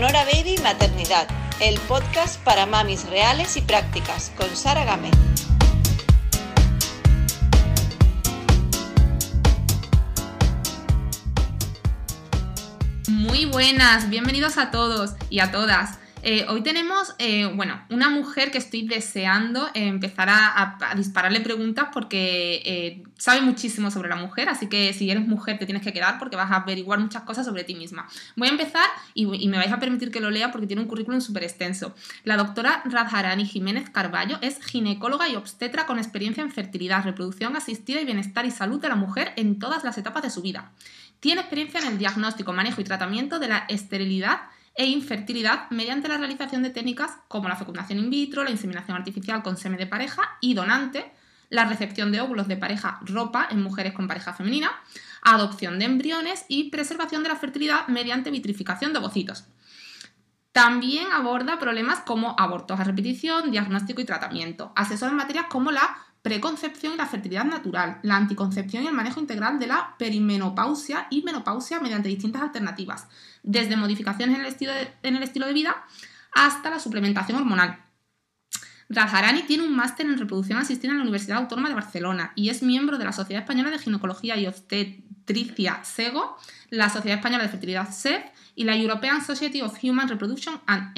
Sonora Baby Maternidad, el podcast para mamis reales y prácticas, con Sara Gámez. Muy buenas, bienvenidos a todos y a todas. Hoy tenemos una mujer que estoy deseando empezar a dispararle preguntas porque sabe muchísimo sobre la mujer, así que si eres mujer te tienes que quedar porque vas a averiguar muchas cosas sobre ti misma. Voy a empezar y me vais a permitir que lo lea porque tiene un currículum súper extenso. La doctora Radharani Jiménez Carballo es ginecóloga y obstetra con experiencia en fertilidad, reproducción asistida y bienestar y salud de la mujer en todas las etapas de su vida. Tiene experiencia en el diagnóstico, manejo y tratamiento de la esterilidad e infertilidad mediante la realización de técnicas como la fecundación in vitro, la inseminación artificial con semen de pareja y donante, la recepción de óvulos de pareja ropa en mujeres con pareja femenina, adopción de embriones y preservación de la fertilidad mediante vitrificación de ovocitos. También aborda problemas como abortos a repetición, diagnóstico y tratamiento. Asesora en materias como la preconcepción y la fertilidad natural, la anticoncepción y el manejo integral de la perimenopausia y menopausia mediante distintas alternativas, desde modificaciones en el estilo de vida hasta la suplementación hormonal. Radharani tiene un máster en reproducción asistida en la Universidad Autónoma de Barcelona y es miembro de la Sociedad Española de Ginecología y Obstetricia SEGO, la Sociedad Española de Fertilidad SEF y la European Society of Human Reproduction and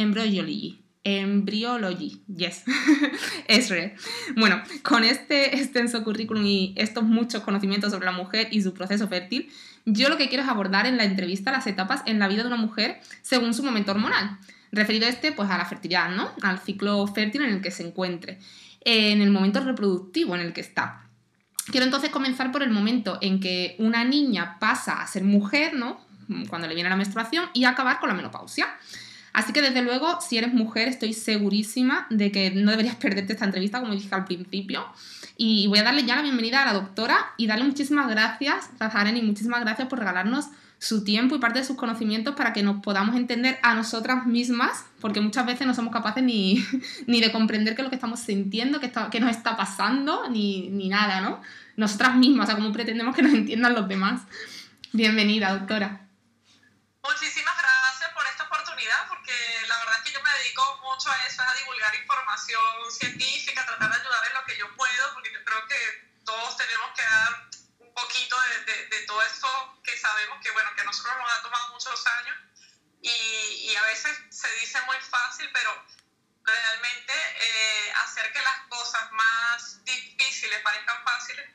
Embryology, yes, ESRE. Bueno, con este extenso currículum y estos muchos conocimientos sobre la mujer y su proceso fértil, yo lo que quiero es abordar en la entrevista las etapas en la vida de una mujer según su momento hormonal, referido pues a la fertilidad, ¿no? Al ciclo fértil en el que se encuentre, en el momento reproductivo en el que está. Quiero entonces comenzar por el momento en que una niña pasa a ser mujer, ¿no? Cuando le viene la menstruación, y acabar con la menopausia. Así que desde luego, si eres mujer, estoy segurísima de que no deberías perderte esta entrevista, como dije al principio. Y voy a darle ya la bienvenida a la doctora y darle muchísimas gracias, Radharani, muchísimas gracias por regalarnos su tiempo y parte de sus conocimientos para que nos podamos entender a nosotras mismas, porque muchas veces no somos capaces ni de comprender qué es lo que estamos sintiendo, qué nos está pasando, ni nada, ¿no? Nosotras mismas, o sea, cómo pretendemos que nos entiendan los demás. Bienvenida, doctora. Muchísimas gracias por esta oportunidad, porque la verdad es que yo me dedico mucho a eso, a divulgar información científica, tratar de ayudar en lo que yo puedo, porque yo creo que todos tenemos que dar un poquito de todo esto que sabemos que, bueno, que a nosotros nos ha tomado muchos años y a veces se dice muy fácil, pero realmente hacer que las cosas más difíciles parezcan fáciles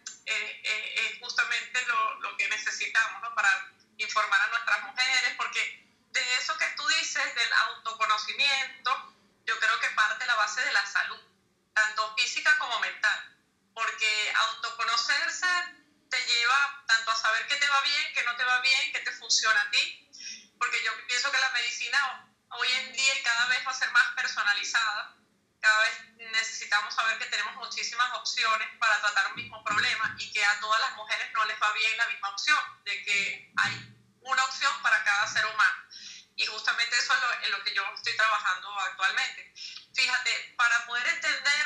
es justamente lo que necesitamos, ¿no? Para informar a nuestras mujeres, porque de eso que tú dices, del autoconocimiento, yo creo que parte la base de la salud, tanto física como mental, porque autoconocerse te lleva tanto a saber qué te va bien, qué no te va bien, qué te funciona a ti, porque yo pienso que la medicina hoy en día y cada vez va a ser más personalizada, cada vez necesitamos saber que tenemos muchísimas opciones para tratar un mismo problema y que a todas las mujeres no les va bien la misma opción, de que hay una opción para cada ser humano. Y justamente eso es en lo que yo estoy trabajando actualmente. Fíjate, para poder entender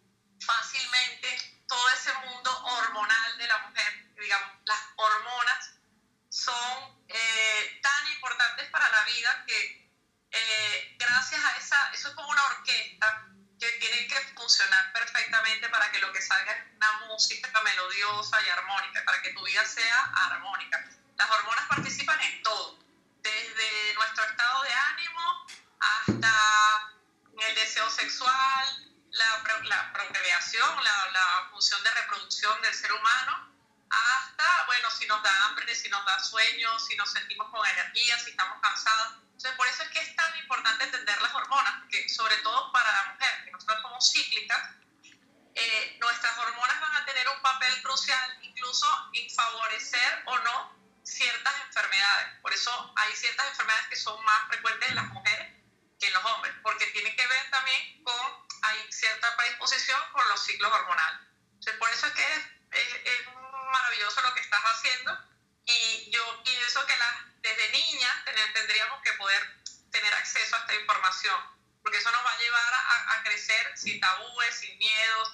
fácilmente todo ese mundo hormonal de la mujer, digamos, las hormonas son tan importantes para la vida que gracias a eso es como una orquesta que tiene que funcionar perfectamente para que lo que salga es una música melodiosa y armónica, para que tu vida sea armónica. Las hormonas participan en todo, desde nuestro estado de ánimo hasta el deseo sexual, la procreación, la función de reproducción del ser humano, hasta, bueno, si nos da hambre, si nos da sueño, si nos sentimos con energía, si estamos cansados. Entonces, por eso es que es tan importante entender las hormonas, porque sobre todo para la mujer, que nosotros somos cíclicas, nuestras hormonas van a tener un papel crucial incluso en favorecer o no ciertas enfermedades. Por eso hay ciertas enfermedades que son más frecuentes en las mujeres que en los hombres, porque tiene que ver también hay cierta predisposición con los ciclos hormonales. Entonces, por eso es que es maravilloso lo que estás haciendo, y yo pienso que desde niñas tendríamos que poder tener acceso a esta información, porque eso nos va a llevar a crecer sin tabúes, sin miedos,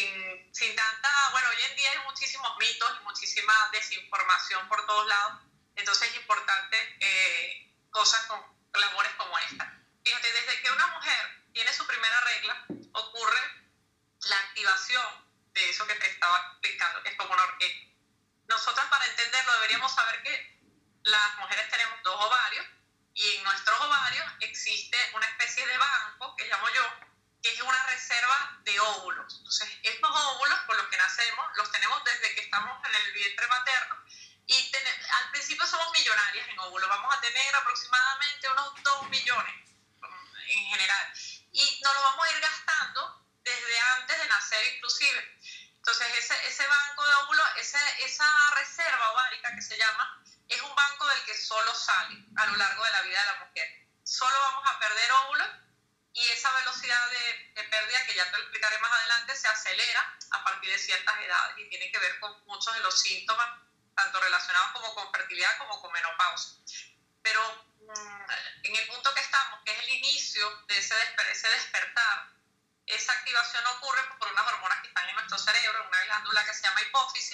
sin tanta... Bueno, hoy en día hay muchísimos mitos y muchísima desinformación por todos lados, Entonces es importante cosas con labores como esta. Fíjate, desde que una mujer tiene su primera regla, ocurre la activación de eso que te estaba explicando, que es como una orquesta. Nosotras, para entenderlo, deberíamos saber que las mujeres tenemos 2 ovarios y en nuestros ovarios existe una especie de banco, que llamo yo, que es una reserva de óvulos. Entonces, estos óvulos con los que nacemos los tenemos desde que estamos en el vientre materno y al principio somos millonarias en óvulos. Vamos a tener aproximadamente unos 2 millones en general y nos lo vamos a ir gastando desde antes de nacer inclusive. Entonces, ese banco de óvulos, esa reserva ovárica que se llama, es un banco del que solo sale a lo largo de la vida de la mujer. Solo vamos a perder óvulos y esa velocidad de pérdida, que ya te lo explicaré más adelante, se acelera a partir de ciertas edades y tiene que ver con muchos de los síntomas, tanto relacionados como con fertilidad como con menopausia. Pero en el punto que estamos, que es el inicio de ese despertar, esa activación ocurre por unas hormonas que están en nuestro cerebro, una glándula que se llama hipófisis,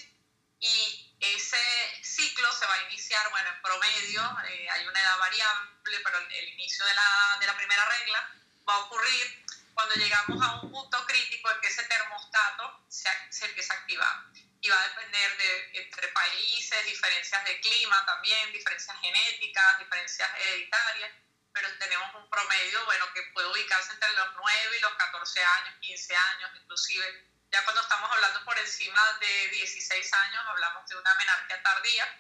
y ese ciclo se va a iniciar, bueno, en promedio, hay una edad variable, pero el inicio de la primera regla va a ocurrir cuando llegamos a un punto crítico en que ese termostato se empieza a activar. Y va a depender entre países, diferencias de clima también, diferencias genéticas, diferencias hereditarias, pero tenemos un promedio, bueno, que puede ubicarse entre los 9 y los 14 años, 15 años inclusive. Ya cuando estamos hablando por encima de 16 años, hablamos de una menarquía tardía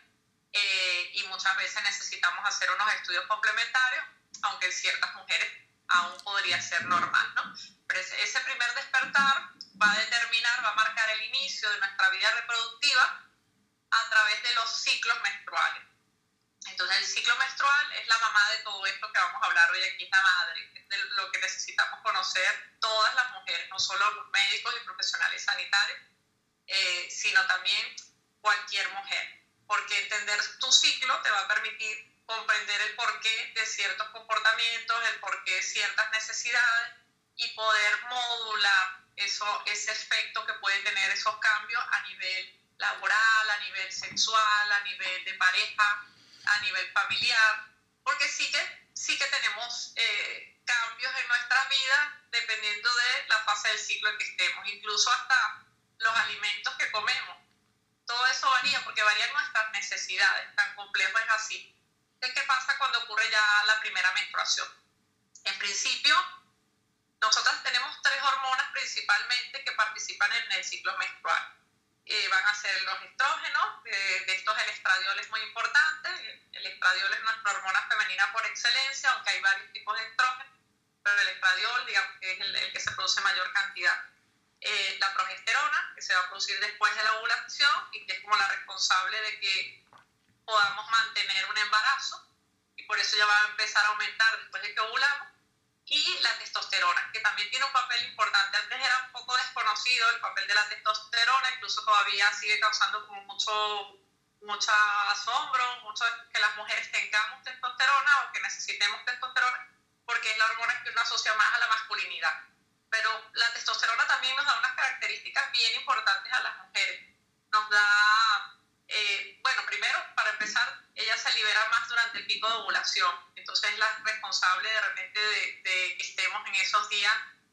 y muchas veces necesitamos hacer unos estudios complementarios, aunque en ciertas mujeres aún podría ser normal, ¿no? Pero ese primer despertar va a marcar el inicio de nuestra vida reproductiva a través de los ciclos menstruales. Entonces, el ciclo menstrual es la mamá de todo esto que vamos a hablar hoy aquí, es la madre, de lo que necesitamos conocer todas las mujeres, no solo los médicos y profesionales sanitarios, sino también cualquier mujer, porque entender tu ciclo te va a permitir comprender el porqué de ciertos comportamientos, el porqué de ciertas necesidades y poder modular ese efecto que pueden tener esos cambios a nivel laboral, a nivel sexual, a nivel de pareja, a nivel familiar, porque sí que tenemos cambios en nuestras vidas dependiendo de la fase del ciclo en que estemos, incluso hasta los alimentos que comemos. Todo eso varía porque varían nuestras necesidades, tan complejo es así. ¿Qué pasa cuando ocurre ya la primera menstruación? En principio, nosotras tenemos 3 hormonas principalmente que participan en el ciclo menstrual. Van a ser los estrógenos, de estos el estradiol es muy importante. El estradiol es nuestra hormona femenina por excelencia, aunque hay varios tipos de estrógenos, pero el estradiol, digamos, que es el que se produce en mayor cantidad. La progesterona, que se va a producir después de la ovulación y que es como la responsable de que podamos mantener un embarazo, y por eso ya va a empezar a aumentar después de que ovulamos. Y la testosterona, que también tiene un papel importante. Antes era un poco desconocido el papel de la testosterona, incluso todavía sigue causando como mucho asombro, mucho que las mujeres tengamos testosterona o que necesitemos testosterona, porque es la hormona que uno asocia más a la masculinidad. Pero la testosterona también nos da unas características bien importantes a las mujeres. Nos da, bueno, primero, para empezar, ella se libera más durante el pico de ovulación, entonces es la responsable de repente de que estemos en esos días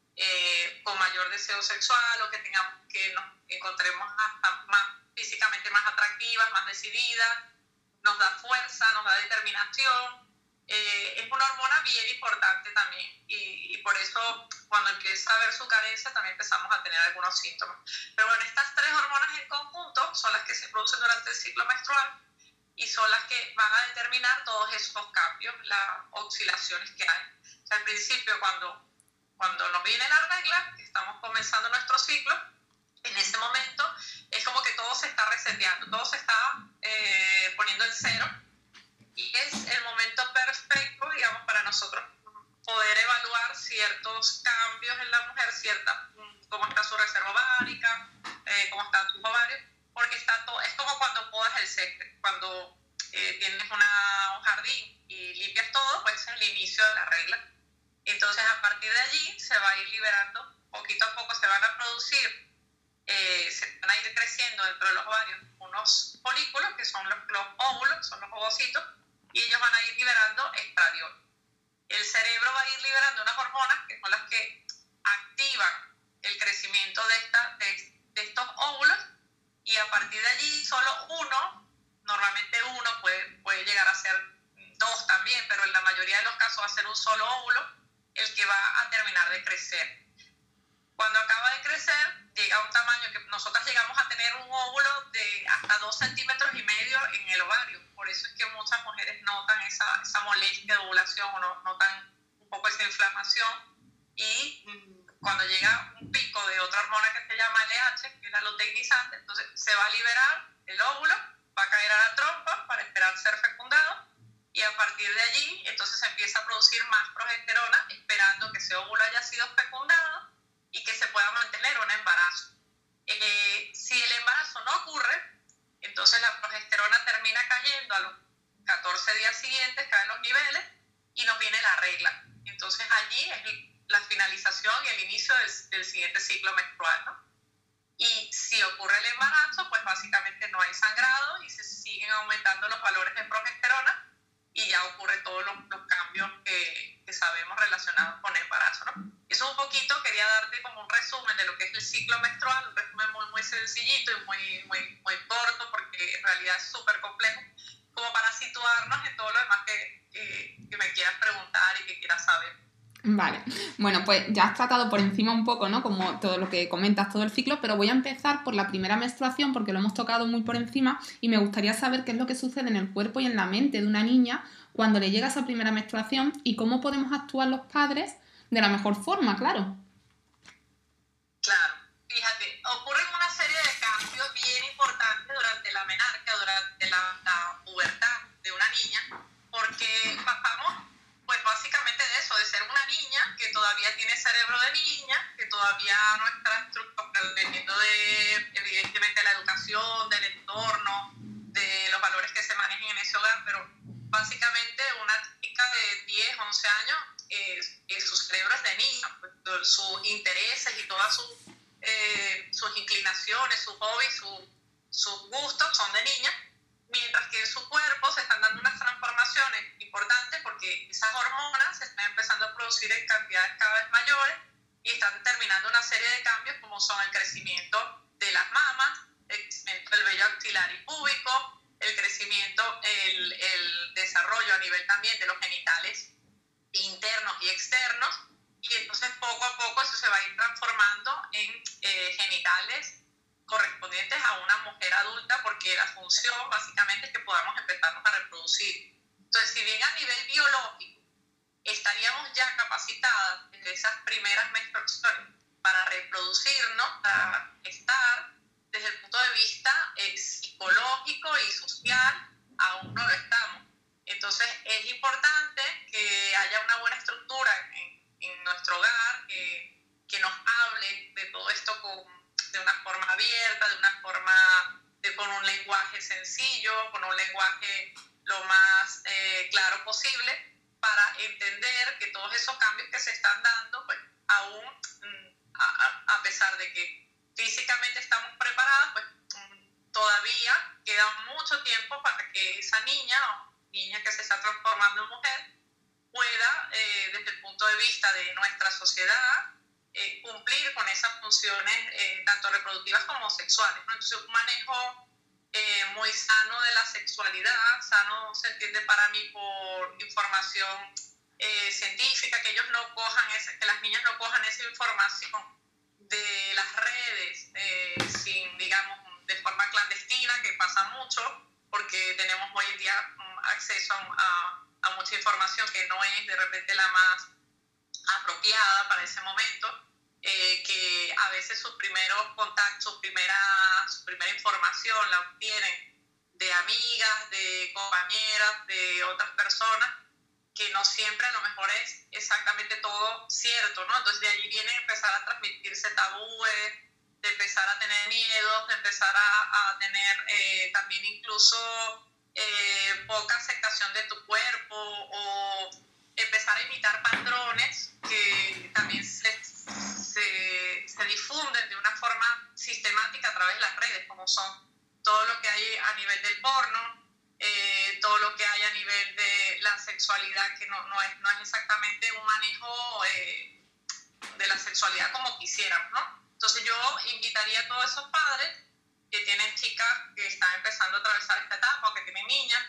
con mayor deseo sexual o que nos encontremos hasta físicamente más atractivas, más decididas, nos da fuerza, nos da determinación. Es una hormona bien importante también y por eso cuando empieza a haber su carencia también empezamos a tener algunos síntomas. Pero bueno, estas 3 hormonas en conjunto son las que se producen durante el ciclo menstrual y son las que van a determinar todos esos cambios, las oscilaciones que hay. O sea, al principio cuando nos viene la regla, que estamos comenzando nuestro ciclo, en ese momento es como que todo se está reseteando, todo se está poniendo en cero. Y es el momento perfecto, digamos, para nosotros poder evaluar ciertos cambios en la mujer, cómo está su reserva ovárica, cómo están sus ovarios, porque es como cuando podas el césped, cuando tienes un jardín y limpias todo, pues es el inicio de la regla. Entonces, a partir de allí se va a ir liberando, poquito a poco se van a producir se van a ir creciendo dentro de los ovarios unos folículos, que son los óvulos, son los ovocitos, y ellos van a ir liberando estradiol. El cerebro va a ir liberando unas hormonas que son las que activan el crecimiento de estos óvulos, y a partir de allí solo uno, normalmente uno puede llegar a ser dos también, pero en la mayoría de los casos va a ser un solo óvulo el que va a terminar de crecer. Cuando acaba de crecer, llega a un tamaño que nosotras llegamos a tener un óvulo de hasta 2,5 centímetros en el ovario. Por eso es que muchas mujeres notan esa molestia de ovulación o notan un poco esa inflamación. Y cuando llega un pico de otra hormona que se llama LH, que es la luteinizante, entonces se va a liberar el óvulo, va a caer a la trompa para esperar ser fecundado, y a partir de allí entonces se empieza a producir más progesterona esperando que ese óvulo haya sido fecundado y que se pueda mantener un embarazo. Si el embarazo no ocurre, entonces la progesterona termina cayendo a los 14 días siguientes, caen los niveles y nos viene la regla. Entonces allí es la finalización y el inicio del siguiente ciclo menstrual, ¿no? Y si ocurre el embarazo, pues básicamente no hay sangrado y se siguen aumentando los valores de progesterona y ya ocurre todos los cambios que sabemos relacionados con el embarazo, ¿no? Eso un poquito, quería darte como un resumen de lo que es el ciclo menstrual, un resumen muy, muy sencillito y muy corto, porque en realidad es súper complejo, como para situarnos en todo lo demás que me quieras preguntar y que quieras saber. Vale, bueno, pues ya has tratado por encima un poco, ¿no? Como todo lo que comentas, todo el ciclo, pero voy a empezar por la primera menstruación porque lo hemos tocado muy por encima y me gustaría saber qué es lo que sucede en el cuerpo y en la mente de una niña cuando le llega esa primera menstruación y cómo podemos actuar los padres de la mejor forma, claro. Claro, fíjate, ocurren una serie de cambios bien importantes durante la menarquia, durante la pubertad de una niña, porque pasamos pues básicamente de eso, de ser una niña que todavía tiene cerebro de niña, que todavía no está estructurada, dependiendo de, evidentemente, la educación, del entorno, de los valores que se manejen en ese hogar, pero básicamente una chica de 10, 11 años, su cerebro es de niña, pues, sus intereses y todas sus inclinaciones, sus hobbies, sus gustos son de niña, mientras que en su cuerpo se están dando unas transformaciones importantes porque esas hormonas se están empezando a producir en cantidades cada vez mayores y están determinando una serie de cambios como son el crecimiento de las mamas, el crecimiento del vello axilar y púbico, el crecimiento, el desarrollo a nivel también de los genitales internos y externos, y entonces poco a poco eso se va a ir transformando en genitales correspondientes a una mujer adulta, porque la función básicamente es que podamos empezarnos a reproducir. Entonces, si bien a nivel biológico estaríamos ya capacitadas desde esas primeras menstruaciones para reproducirnos, para estar desde el punto de vista psicológico y social, aún no lo estamos. Entonces, es importante que haya una buena estructura en nuestro hogar, que nos hable de todo esto de una forma abierta, de una forma con un lenguaje sencillo, con un lenguaje lo más claro posible, para entender que todos esos cambios que se están dando, pues aún a pesar de que físicamente estamos preparadas, pues todavía queda mucho tiempo para que esa niña o niña que se está transformando en mujer pueda, desde el punto de vista de nuestra sociedad, cumplir con esas funciones tanto reproductivas como sexuales, ¿no? Entonces, un manejo muy sano de la sexualidad, sano se entiende para mí por información científica, que ellos no cojan que las niñas no cojan esa información de las redes sin, digamos, de forma clandestina, que pasa mucho, porque tenemos hoy en día acceso a mucha información que no es de repente la más apropiada para ese momento, que a veces sus primeros contactos, su primera información la obtienen de amigas, de compañeras, de otras personas, que no siempre a lo mejor es exactamente todo cierto, ¿no? Entonces de allí viene empezar a transmitirse tabúes, de empezar a tener miedos, de empezar a tener también incluso poca aceptación de tu cuerpo, o empezar a imitar patrones que también se difunden de una forma sistemática a través de las redes, como son todo lo que hay a nivel del porno, todo lo que hay a nivel de la sexualidad, que no es exactamente un manejo de la sexualidad como quisiéramos, ¿no? Entonces yo invitaría a todos esos padres que tienen chicas que están empezando a atravesar esta etapa o que tienen niñas,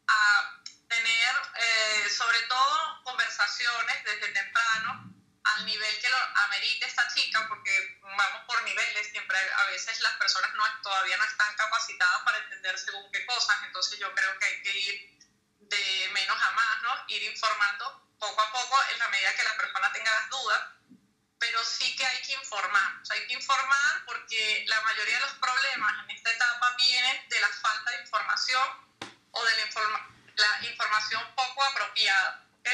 a tener sobre todo conversaciones desde temprano al nivel que lo amerite esta chica, porque vamos por niveles, siempre a veces las personas todavía no están capacitadas para entender según qué cosas, entonces yo creo que hay que ir de menos a más, ¿no? Ir informando poco a poco en la medida que la persona tenga las dudas, pero sí que hay que informar, o sea, hay que informar porque la mayoría de los problemas en esta etapa vienen de la falta de información o de la información poco apropiada, ¿ok?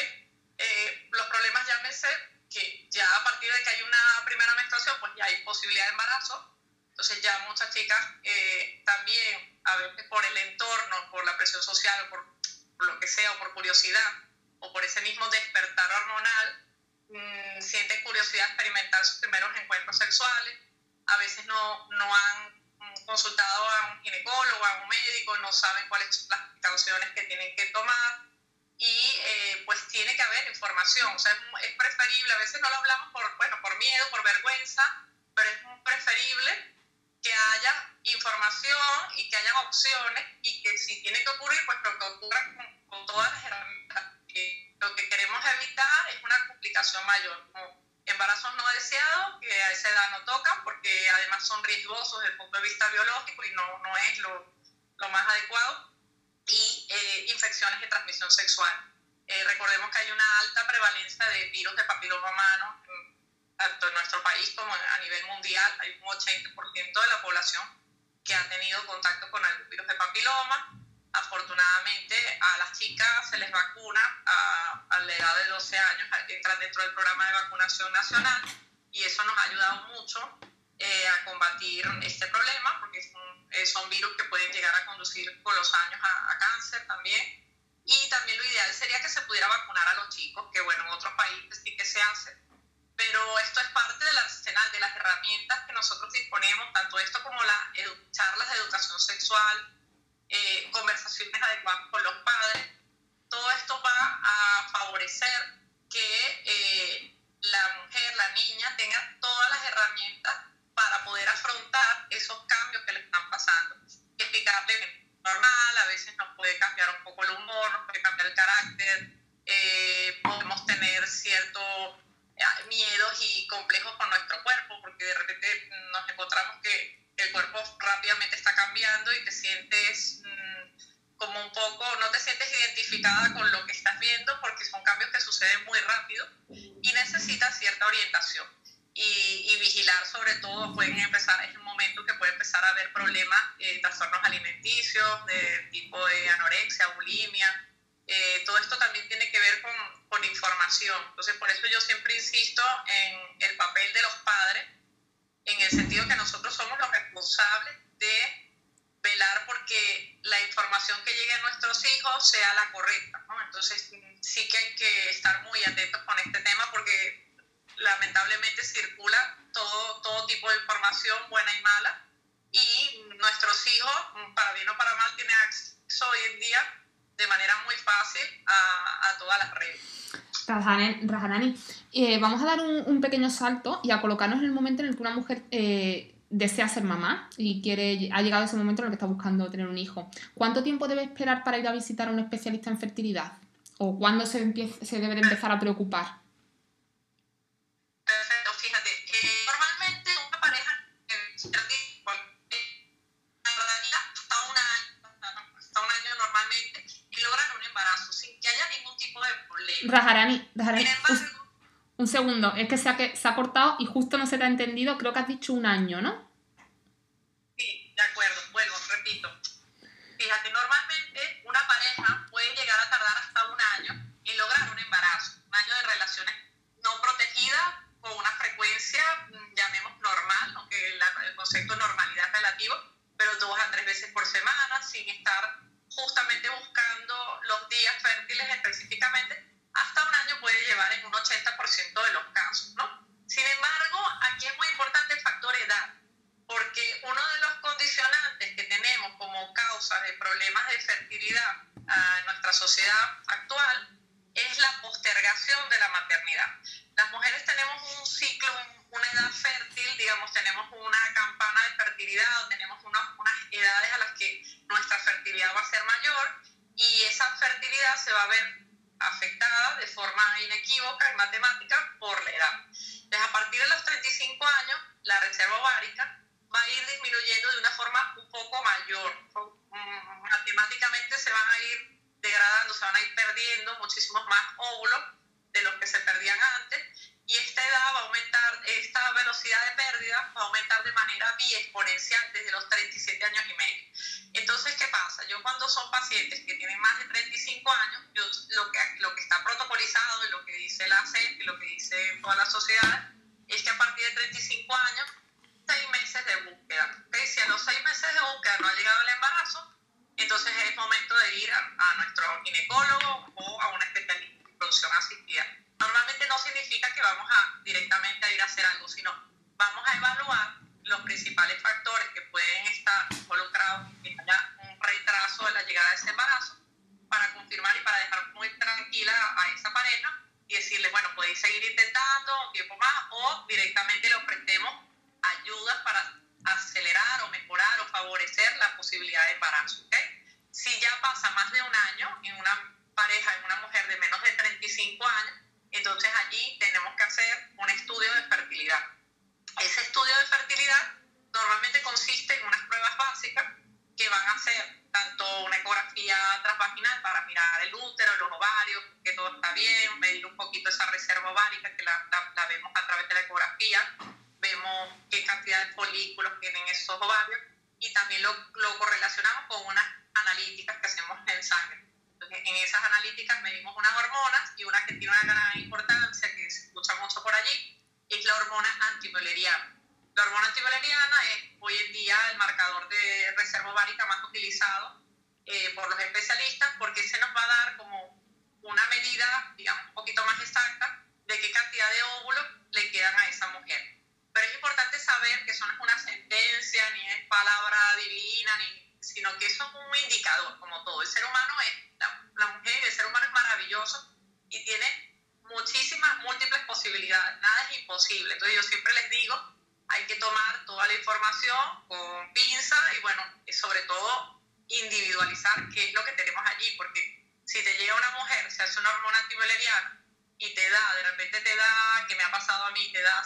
Los problemas, llámese que ya a partir de que hay una primera menstruación, pues ya hay posibilidad de embarazo, entonces ya muchas chicas también, a veces por el entorno, por la presión social, o por lo que sea, o por curiosidad, o por ese mismo despertar hormonal, sienten curiosidad de experimentar sus primeros encuentros sexuales, a veces no han consultado a un ginecólogo, a un médico, no saben cuáles son las precauciones que tienen que tomar y pues tiene que haber información, o sea, es preferible, a veces no lo hablamos por miedo, por vergüenza, pero es preferible que haya información y que haya opciones y que si tiene que ocurrir, pues que ocurra con todas las herramientas. Lo que queremos evitar es una complicación mayor, como embarazos no deseados, que a esa edad no tocan, porque además son riesgosos desde el punto de vista biológico y no es lo más adecuado, y infecciones de transmisión sexual. Recordemos que hay una alta prevalencia de virus de papiloma humano, tanto en nuestro país como a nivel mundial. Hay un 80% de la población que ha tenido contacto con algún virus de papiloma. Afortunadamente a las chicas se les vacuna a la edad de 12 años, entran dentro del programa de vacunación nacional y eso nos ha ayudado mucho a combatir este problema, porque son virus que pueden llegar a conducir con los años a cáncer también. Y también lo ideal sería que se pudiera vacunar a los chicos, que bueno, en otros países sí que se hace, pero esto es parte del arsenal de las herramientas que nosotros disponemos, tanto esto como las charlas de educación sexual, conversaciones adecuadas con los padres. Todo esto va a favorecer que la mujer, la niña, tenga todas las herramientas para poder afrontar esos cambios que le están pasando. Explicarle que es normal, a veces nos puede cambiar un poco el humor, nos puede cambiar el carácter, podemos tener ciertos miedos y complejos con nuestro cuerpo, porque de repente nos encontramos que el cuerpo rápidamente está cambiando y te sientes como un poco, no te sientes identificada con lo que estás viendo porque son cambios que suceden muy rápido y necesitas cierta orientación y vigilar. Sobre todo es un momento que puede empezar a haber problemas, trastornos alimenticios de tipo de anorexia, bulimia. Todo esto también tiene que ver con información. Entonces por eso yo siempre insisto en el papel de los padres, en el sentido que nosotros somos los responsables de velar porque la información que llegue a nuestros hijos sea la correcta, ¿no? Entonces sí que hay que estar muy atentos con este tema porque lamentablemente circula todo tipo de información, buena y mala, y nuestros hijos, para bien o para mal, tienen acceso hoy en día de manera muy fácil a todas las redes. Rajanani, vamos a dar un pequeño salto y a colocarnos en el momento en el que una mujer desea ser mamá y ha llegado ese momento en el que está buscando tener un hijo. ¿Cuánto tiempo debe esperar para ir a visitar a un especialista en fertilidad? ¿O cuándo se debe de empezar a preocupar? Perfecto, fíjate, normalmente una pareja tardaría hasta un año normalmente y lograr un embarazo sin que haya ningún tipo de problema. Rajarani, Sin embargo, un segundo, es que se ha cortado y justo no se te ha entendido, creo que has dicho un año, ¿no? sí, de acuerdo, vuelvo, repito. Fíjate, normalmente una pareja puede llegar a tardar hasta un año en lograr un embarazo, un año de relaciones no protegidas con una frecuencia, llamemos normal, aunque el concepto de normalidad es relativo, pero 2 a 3 veces por semana, sin estar justamente buscando los días fértiles específicamente. Hasta un año puede llevar en un 80% de los casos, ¿no? Sin embargo, aquí es muy importante el factor edad. sociedad actual es la postergación de la maternidad. Las mujeres tenemos un ciclo, una edad fértil, digamos, tenemos una campana de fertilidad, o tenemos unas edades a las que nuestra fertilidad va a ser mayor, y esa fertilidad se va a ver afectada de forma inequívoca en matemática por la edad. Entonces, a partir de los 35 años, la reserva ovárica va a ir disminuyendo de una forma un poco mayor. Matemáticamente se van a ir degradando, se van a ir perdiendo muchísimos más óvulos de los que se perdían antes, y esta edad va a aumentar, esta velocidad de pérdida va a aumentar de manera biexponencial desde los 37 años y medio. Entonces, ¿qué pasa? Yo cuando son pacientes que tienen más de 35 años, lo que está protocolizado y lo que dice la CEP y lo que dice toda la sociedad es que a partir de 35 años, 6 meses de búsqueda. ¿Okay? Si a los 6 meses de búsqueda no ha llegado el embarazo, entonces es momento de ir a nuestro ginecólogo o a una especialista en reproducción asistida. Normalmente no significa que vamos directamente a ir a hacer algo, sino vamos a evaluar los principales factores que pueden estar involucrados en que haya un retraso de la llegada de ese embarazo, para confirmar y para dejar muy tranquila a esa pareja y decirle, bueno, podéis seguir intentando un tiempo más, o directamente le ofrecemos ayudas para acelerar o mejorar o favorecer la posibilidad de embarazo. ¿Okay? Si ya pasa más de un año en una pareja, en una mujer de menos de 35 años, entonces allí tenemos que hacer un estudio de fertilidad. Ese estudio de fertilidad normalmente consiste en unas pruebas básicas que van a hacer tanto una ecografía transvaginal para mirar el útero, los ovarios, que todo está bien, medir un poquito esa reserva ovárica que la vemos a través de la ecografía, vemos qué cantidad de folículos tienen esos ovarios, y también lo correlacionamos con unas analíticas que hacemos en sangre. Entonces, en esas analíticas medimos unas hormonas, y una que tiene una gran importancia, que se escucha mucho por allí, es la hormona antimülleriana. La hormona antimülleriana es hoy en día el marcador de reserva ovárica más utilizado por los especialistas, porque se nos va a dar como una medida, digamos, un poquito más exacta de qué cantidad de óvulos le quedan a esa mujer. Pero es importante saber que eso no es una sentencia, ni es palabra divina, sino que eso es un indicador, como todo. El ser humano la mujer, el ser humano es maravilloso y tiene muchísimas, múltiples posibilidades, nada es imposible. Entonces yo siempre les digo, hay que tomar toda la información con pinza y bueno, sobre todo individualizar qué es lo que tenemos allí, porque si te llega una mujer, se hace una hormona antimülleriana y te da, de repente te da, que me ha pasado a mí, te da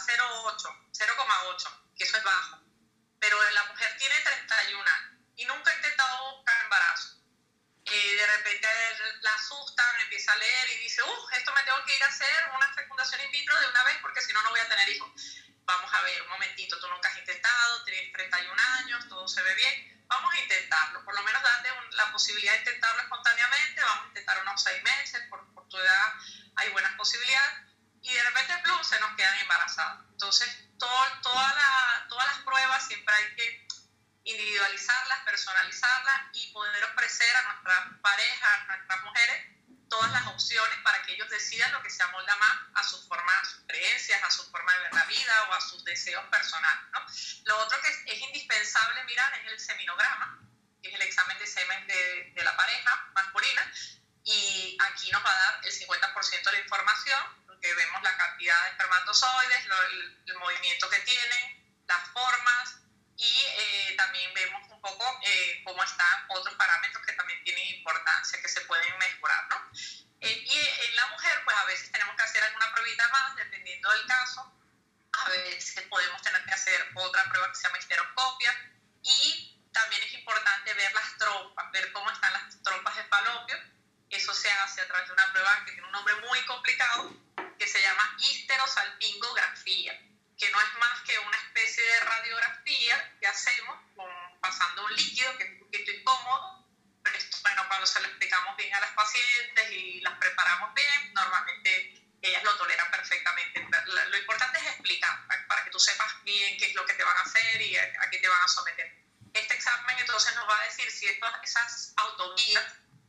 0,8, que eso es bajo, pero la mujer tiene 31 años y nunca ha intentado buscar embarazo. De repente la asustan, empieza a leer y dice, esto me tengo que ir a hacer una fecundación in vitro de una vez porque si no, no voy a tener hijos. Vamos a ver, un momentito, tú nunca has intentado, tienes 31 años, todo se ve bien, vamos a intentarlo, por lo menos date la posibilidad de intentarlo espontáneamente, vamos a intentar unos 6 meses, por tu edad hay buenas posibilidades, y de repente, plum, se nos quedan embarazadas. Entonces, todas las pruebas siempre hay que individualizarlas, personalizarlas y poder ofrecer a nuestras parejas, a nuestras mujeres, todas las opciones para que ellos decidan lo que se amolda más a su forma, a sus creencias, a su forma de ver la vida o a sus deseos personales, ¿no? Lo otro que es indispensable mirar es el seminograma, que es el examen de semen de la pareja masculina, y aquí nos va a dar el 50% de la información, porque vemos la cantidad de espermatozoides, el movimiento que tienen, las formas, y también vemos un poco cómo están otros parámetros que también tienen importancia, que se pueden mejorar, ¿no? Y en la mujer, pues a veces tenemos que hacer alguna pruebita más, dependiendo del caso. A veces podemos tener que hacer otra prueba que se llama histeroscopia, y también es importante ver las trompas, ver cómo están las trompas de falopio. Eso se hace a través de una prueba que tiene un nombre muy complicado, que se llama histerosalpingografía, que no es más que una especie de radiografía que hacemos pasando un líquido que es un poquito incómodo, pero esto, bueno, cuando se lo explicamos bien a las pacientes y las preparamos bien, normalmente ellas lo toleran perfectamente. Lo importante es explicar, para que tú sepas bien qué es lo que te van a hacer y a qué te van a someter. Este examen entonces nos va a decir si esas autovías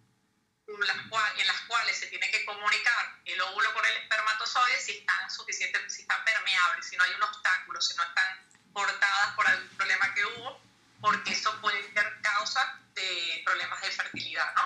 en las cuales se tiene que comunicar el óvulo con el espermatozoide, si están permeables, si no hay un obstáculo, si no están cortadas por algún problema que hubo, porque eso puede ser causa de problemas de fertilidad, ¿no?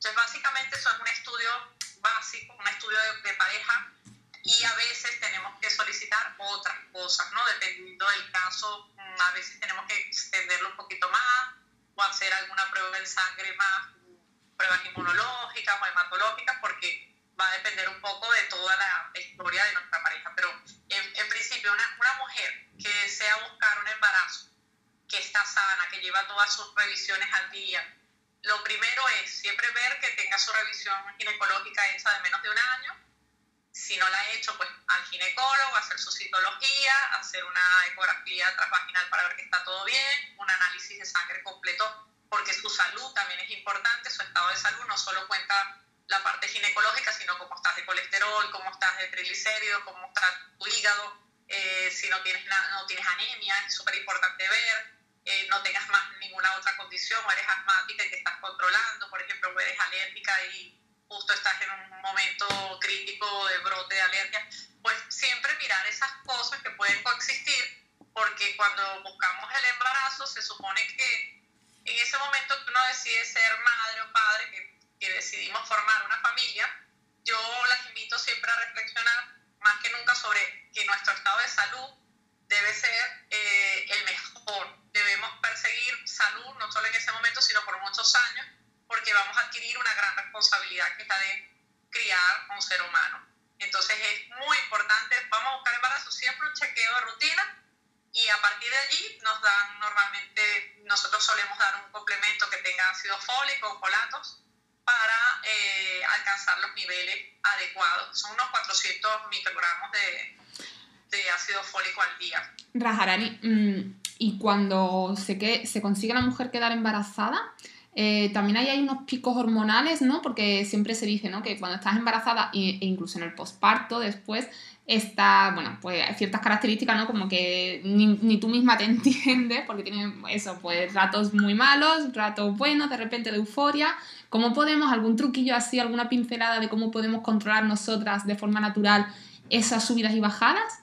Entonces, básicamente eso es un estudio básico, un estudio de pareja, y a veces tenemos que solicitar otras cosas, ¿no? Dependiendo del caso, a veces tenemos que extenderlo un poquito más o hacer alguna prueba en sangre más, pruebas inmunológicas o hematológicas, porque va a depender un poco de toda la historia de nuestra pareja. Pero en principio, una mujer que desea buscar un embarazo, que está sana, que lleva todas sus revisiones al día, lo primero es siempre ver que tenga su revisión ginecológica hecha de menos de un año. Si no la ha hecho, pues al ginecólogo, hacer su citología, hacer una ecografía transvaginal para ver que está todo bien, un análisis de sangre completo, porque su salud también es importante, su estado de salud no solo cuenta la parte ginecológica, sino cómo estás de colesterol, cómo estás de triglicéridos, cómo está tu hígado, si no tienes anemia, es súper importante ver, no tengas más ninguna otra condición, o eres asmática y te estás controlando, por ejemplo, o eres alérgica y justo estás en un momento crítico de brote de alergia, pues siempre mirar esas cosas que pueden coexistir, porque cuando buscamos el embarazo se supone que en ese momento que uno decide ser madre o padre, que decidimos formar una familia, yo las invito siempre a reflexionar más que nunca sobre que nuestro estado de salud debe ser el mejor. Debemos perseguir salud no solo en ese momento, sino por muchos años, porque vamos a adquirir una gran responsabilidad, que es la de criar a un ser humano. Entonces es muy importante, vamos a buscar embarazo, siempre un chequeo de rutina, y a partir de allí nos dan normalmente, nosotros solemos dar un complemento que tenga ácido fólico o folatos para alcanzar los niveles adecuados. Son unos 400 microgramos de ácido fólico al día. Rajarani, y cuando se consigue la mujer quedar embarazada, también hay unos picos hormonales, ¿no? Porque siempre se dice, ¿no?, que cuando estás embarazada e incluso en el posparto después está, bueno, pues hay ciertas características, ¿no? Como que ni tú misma te entiendes, porque tienen eso, pues ratos muy malos, ratos buenos, de repente de euforia. ¿Cómo podemos, algún truquillo así, alguna pincelada de cómo podemos controlar nosotras de forma natural esas subidas y bajadas?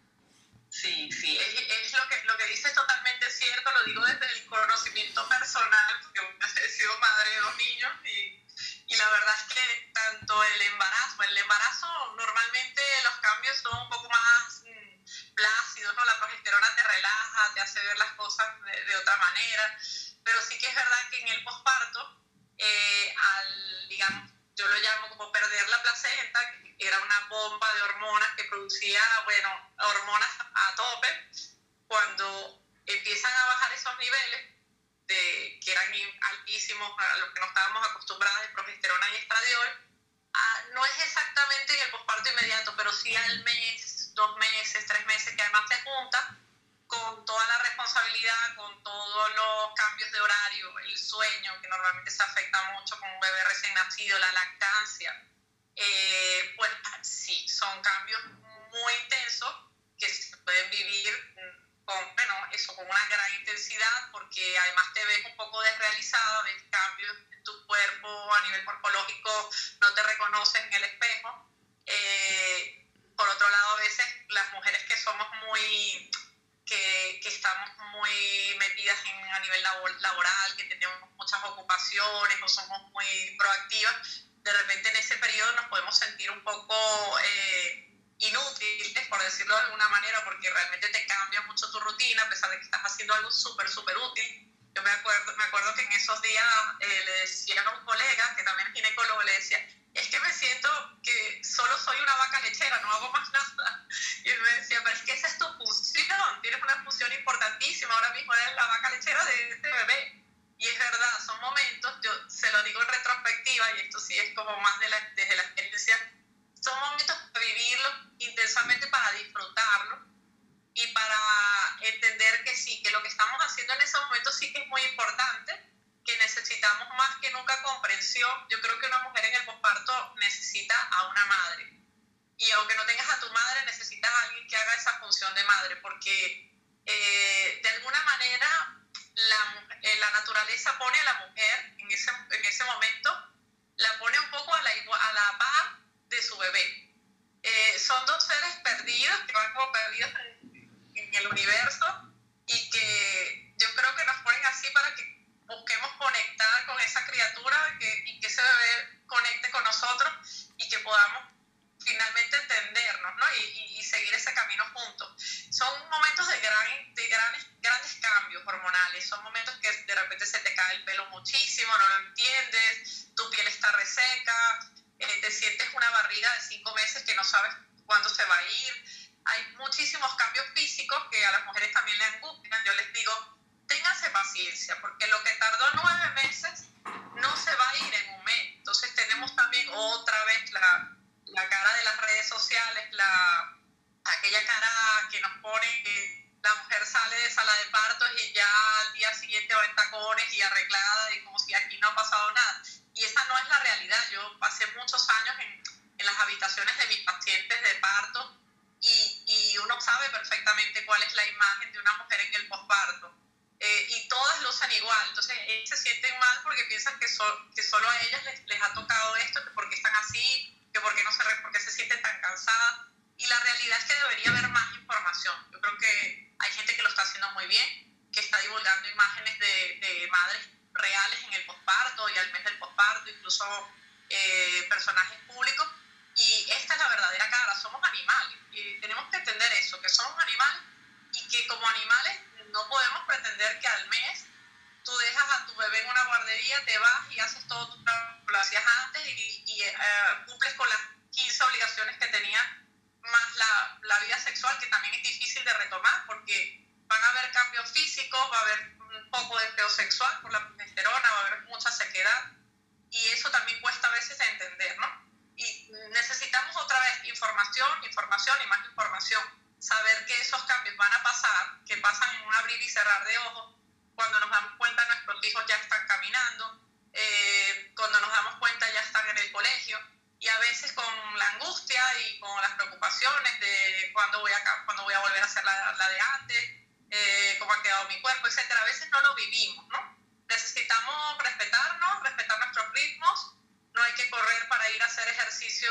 Sí, es lo que dices, totalmente cierto, lo digo desde el conocimiento personal, porque he sido madre de 2 niños y la verdad es que tanto el embarazo normalmente los cambios son un poco más plácidos, ¿no? La progesterona te relaja, te hace ver las cosas de otra manera, pero sí que es verdad que en el posparto, digamos, yo lo llamo como perder la placenta, que era una bomba de hormonas que producía, bueno, hormonas a tope. Cuando empiezan a bajar esos niveles, que eran altísimos a los que no estábamos acostumbrados, de progesterona y estradiol, no es exactamente en el posparto inmediato, pero sí al mes, 2 meses, 3 meses, que además se junta con toda la responsabilidad, con todos los cambios de horario, el sueño, que normalmente se afecta mucho con un bebé recién nacido, la lactancia. Pues sí, son cambios muy intensos que se pueden vivir con una gran intensidad, porque además te ves un poco desrealizada, ves cambios en tu cuerpo a nivel morfológico, no te reconoces en el espejo. Por otro lado, a veces las mujeres que somos que estamos muy metidas a nivel laboral, que tenemos muchas ocupaciones o somos muy proactivas, de repente en ese periodo nos podemos sentir un poco inútiles, por decirlo de alguna manera, porque realmente te cambia mucho tu rutina, a pesar de que estás haciendo algo súper útil. Yo me acuerdo que en esos días le decía a un colega, que también es ginecólogo, le decía, es que me siento que solo soy una vaca lechera, no hago más nada. Y él me decía, pero es que esa es tu función, tienes una función importantísima, ahora mismo eres la vaca lechera de este bebé. Y es verdad, son momentos, yo se lo digo en retrospectiva, y esto sí es como más desde la experiencia, son momentos para vivirlos intensamente, para disfrutarlo y para entender que sí, que lo que estamos haciendo en ese momento sí que es muy importante, que necesitamos más que nunca comprensión. Yo creo que una mujer en el posparto necesita a una madre. Y aunque no tengas a tu madre, necesitas a alguien que haga esa función de madre, porque de alguna manera la naturaleza pone a la mujer en ese momento, la pone un poco a la par de su bebé. Son 2 seres perdidos, que van como perdidos en el universo, y que yo creo que nos ponen así para que busquemos conectar con esa criatura y que ese bebé conecte con nosotros y que podamos finalmente entendernos, ¿no? y seguir ese camino juntos. Son momentos de grandes cambios hormonales, son momentos que de repente se te cae el pelo muchísimo, no lo entiendes, tu piel está reseca, te sientes una barriga de 5 meses que no sabes cuándo se va a ir. Hay muchísimos cambios físicos que a las mujeres también les angustian. Yo les digo, ténganse paciencia, porque lo que tardó 9 meses no se va a ir en un mes. Entonces tenemos también otra vez la cara de las redes sociales, aquella cara que nos pone que la mujer sale de sala de partos y ya al día siguiente va en tacones y arreglada y como si aquí no ha pasado nada. Y esa no es la realidad. Yo pasé muchos años en las habitaciones de mis pacientes de parto y uno sabe perfectamente cuál es la imagen de una mujer en el posparto. Y todas lucen igual. Entonces ellos se sienten mal porque piensan que solo a ellas les ha tocado esto, que porque están así, que porque se sienten tan cansadas. Y la realidad es que debería haber más información. Yo creo que hay gente que lo está haciendo muy bien, que está divulgando imágenes de madres reales en el posparto y al mes del posparto, incluso personajes públicos. Y esta es la verdadera cara. Somos animales. Y tenemos que entender eso, que somos animales y que como animales no podemos pretender que al mes tú dejas a tu bebé en una guardería, te vas y haces todo tu trabajo, lo hacías antes y cumples con las 15 obligaciones que tenías, más la vida sexual, que también es difícil de retomar porque van a haber cambios físicos, va a haber un poco de deseo sexual por la progesterona, va a haber mucha sequedad y eso también cuesta a veces de entender, ¿no? Y necesitamos otra vez información y más información. Saber que esos cambios van a pasar, que pasan en un abrir y cerrar de ojos. Cuando nos damos cuenta nuestros hijos ya están caminando, cuando nos damos cuenta ya están en el colegio y a veces con la angustia y con las preocupaciones de cuándo voy a volver a hacer la de antes, cómo ha quedado mi cuerpo, etcétera. A veces no lo vivimos, ¿no? Necesitamos respetarnos, respetar nuestros ritmos. No hay que correr para ir a hacer ejercicio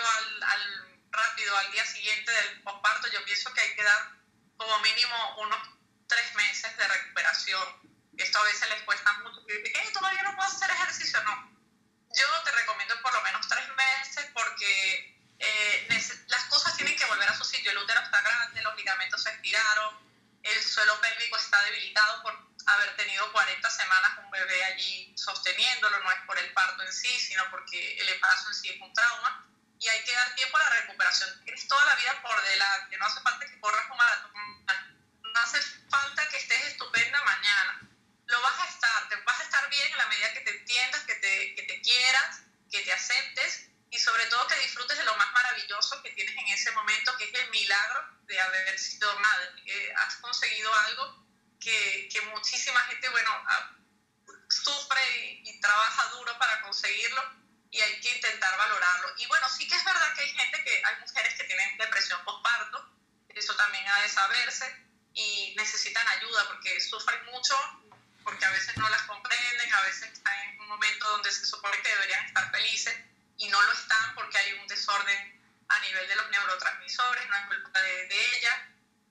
rápido al día siguiente del posparto. Yo pienso que hay que dar como mínimo unos 3 meses de recuperación. Esto a veces les cuesta mucho. ¿Todavía no puedo hacer ejercicio? No. Yo te recomiendo por lo menos 3 meses porque las cosas tienen que volver a su sitio. El útero está grande, los ligamentos se estiraron, el suelo pélvico está debilitado por haber tenido 40 semanas un bebé allí sosteniéndolo. No es por el parto en sí, sino porque el embarazo en sí es un trauma. Y hay que dar tiempo a la recuperación. Tienes toda la vida por delante. No hace falta que corras un maratón. No hace falta que estés estupenda mañana. Lo vas a estar. Te vas a estar bien en la medida que te entiendas, que te quieras, que te aceptes y sobre todo que disfrutes de lo más maravilloso que tienes en ese momento, que es el milagro de haber sido madre. Que has conseguido algo que muchísima gente, sufre y trabaja duro para conseguirlo. Y hay que intentar valorarlo. Y bueno, sí que es verdad que hay mujeres que tienen depresión postparto, eso también ha de saberse, y necesitan ayuda porque sufren mucho, porque a veces no las comprenden, a veces están en un momento donde se supone que deberían estar felices y no lo están porque hay un desorden a nivel de los neurotransmisores, no es culpa de ella.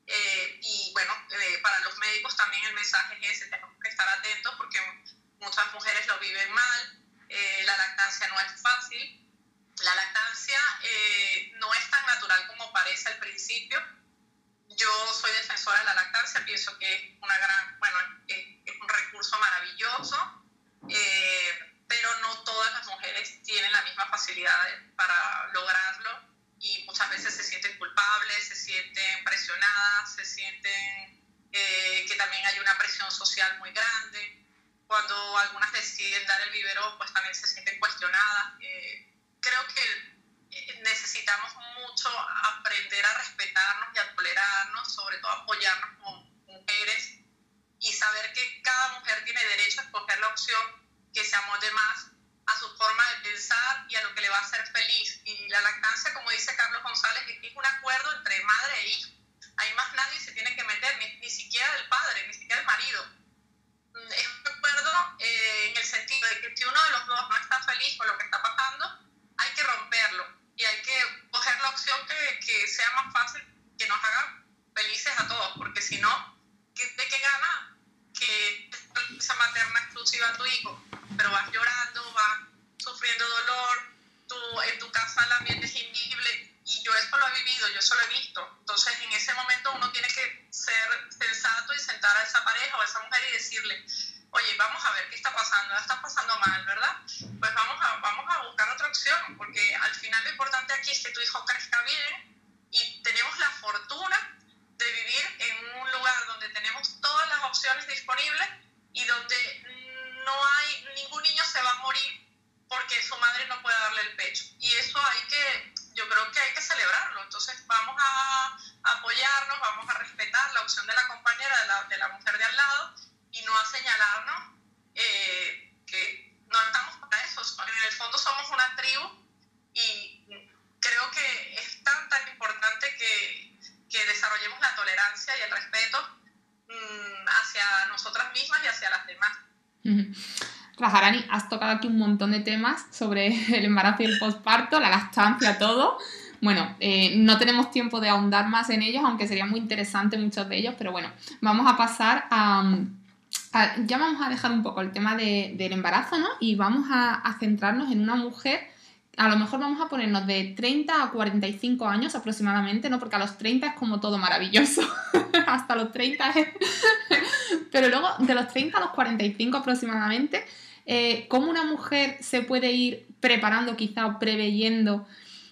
Para los médicos también el mensaje es ese, tenemos que estar atentos porque muchas mujeres lo viven mal. La lactancia no es fácil, la lactancia no es tan natural como parece al principio. Yo soy defensora de la lactancia, pienso que es es un recurso maravilloso, pero no todas las mujeres tienen la misma facilidad para lograrlo y muchas veces se sienten culpables, se sienten presionadas, se sienten que también hay una presión social muy grande. Cuando algunas deciden dar el biberón, pues también se sienten cuestionadas. Creo que necesitamos mucho aprender a respetarnos y a tolerarnos, sobre todo apoyarnos como mujeres y saber que cada mujer tiene derecho a escoger la opción que se amolde más a su forma de pensar y a lo que le va a hacer feliz. Y la lactancia, como dice Carlos González, es un acuerdo entre madre e hijo. Ahí más nadie se tiene que meter, ni siquiera el padre, ni siquiera el marido. Es un acuerdo en el sentido de que si uno de los dos no está feliz con lo que está pasando, hay que romperlo y hay que coger la opción que sea más fácil, que nos haga felices a todos, porque si no, ¿de qué gana que esa materna exclusiva a tu hijo? Pero vas llorando, vas sufriendo dolor porque al final lo importante aquí es que tu hijo crezca bien y tenemos la fortuna de vivir en un lugar donde tenemos todas las opciones disponibles y donde ningún niño se va a morir porque su madre no puede darle el pecho. Y eso yo creo que hay que celebrarlo. Entonces vamos a apoyarnos, vamos a respetar la opción de la compañera, de la mujer de al lado, y no a señalarnos que no estamos para eso. En el fondo somos una tribu y creo que es tan importante que desarrollemos la tolerancia y el respeto hacia nosotras mismas y hacia las demás. Rajarani, has tocado aquí un montón de temas sobre el embarazo y el posparto, la lactancia, todo. Bueno, no tenemos tiempo de ahondar más en ellos, aunque sería muy interesante muchos de ellos, pero bueno, vamos a pasar ya vamos a dejar un poco el tema del embarazo, ¿no? Y vamos a centrarnos en una mujer. A lo mejor vamos a ponernos de 30 a 45 años aproximadamente, ¿no? Porque a los 30 es como todo maravilloso. Hasta los 30 es... Pero luego, de los 30 a los 45 aproximadamente, ¿cómo una mujer se puede ir preparando, quizá, o previniendo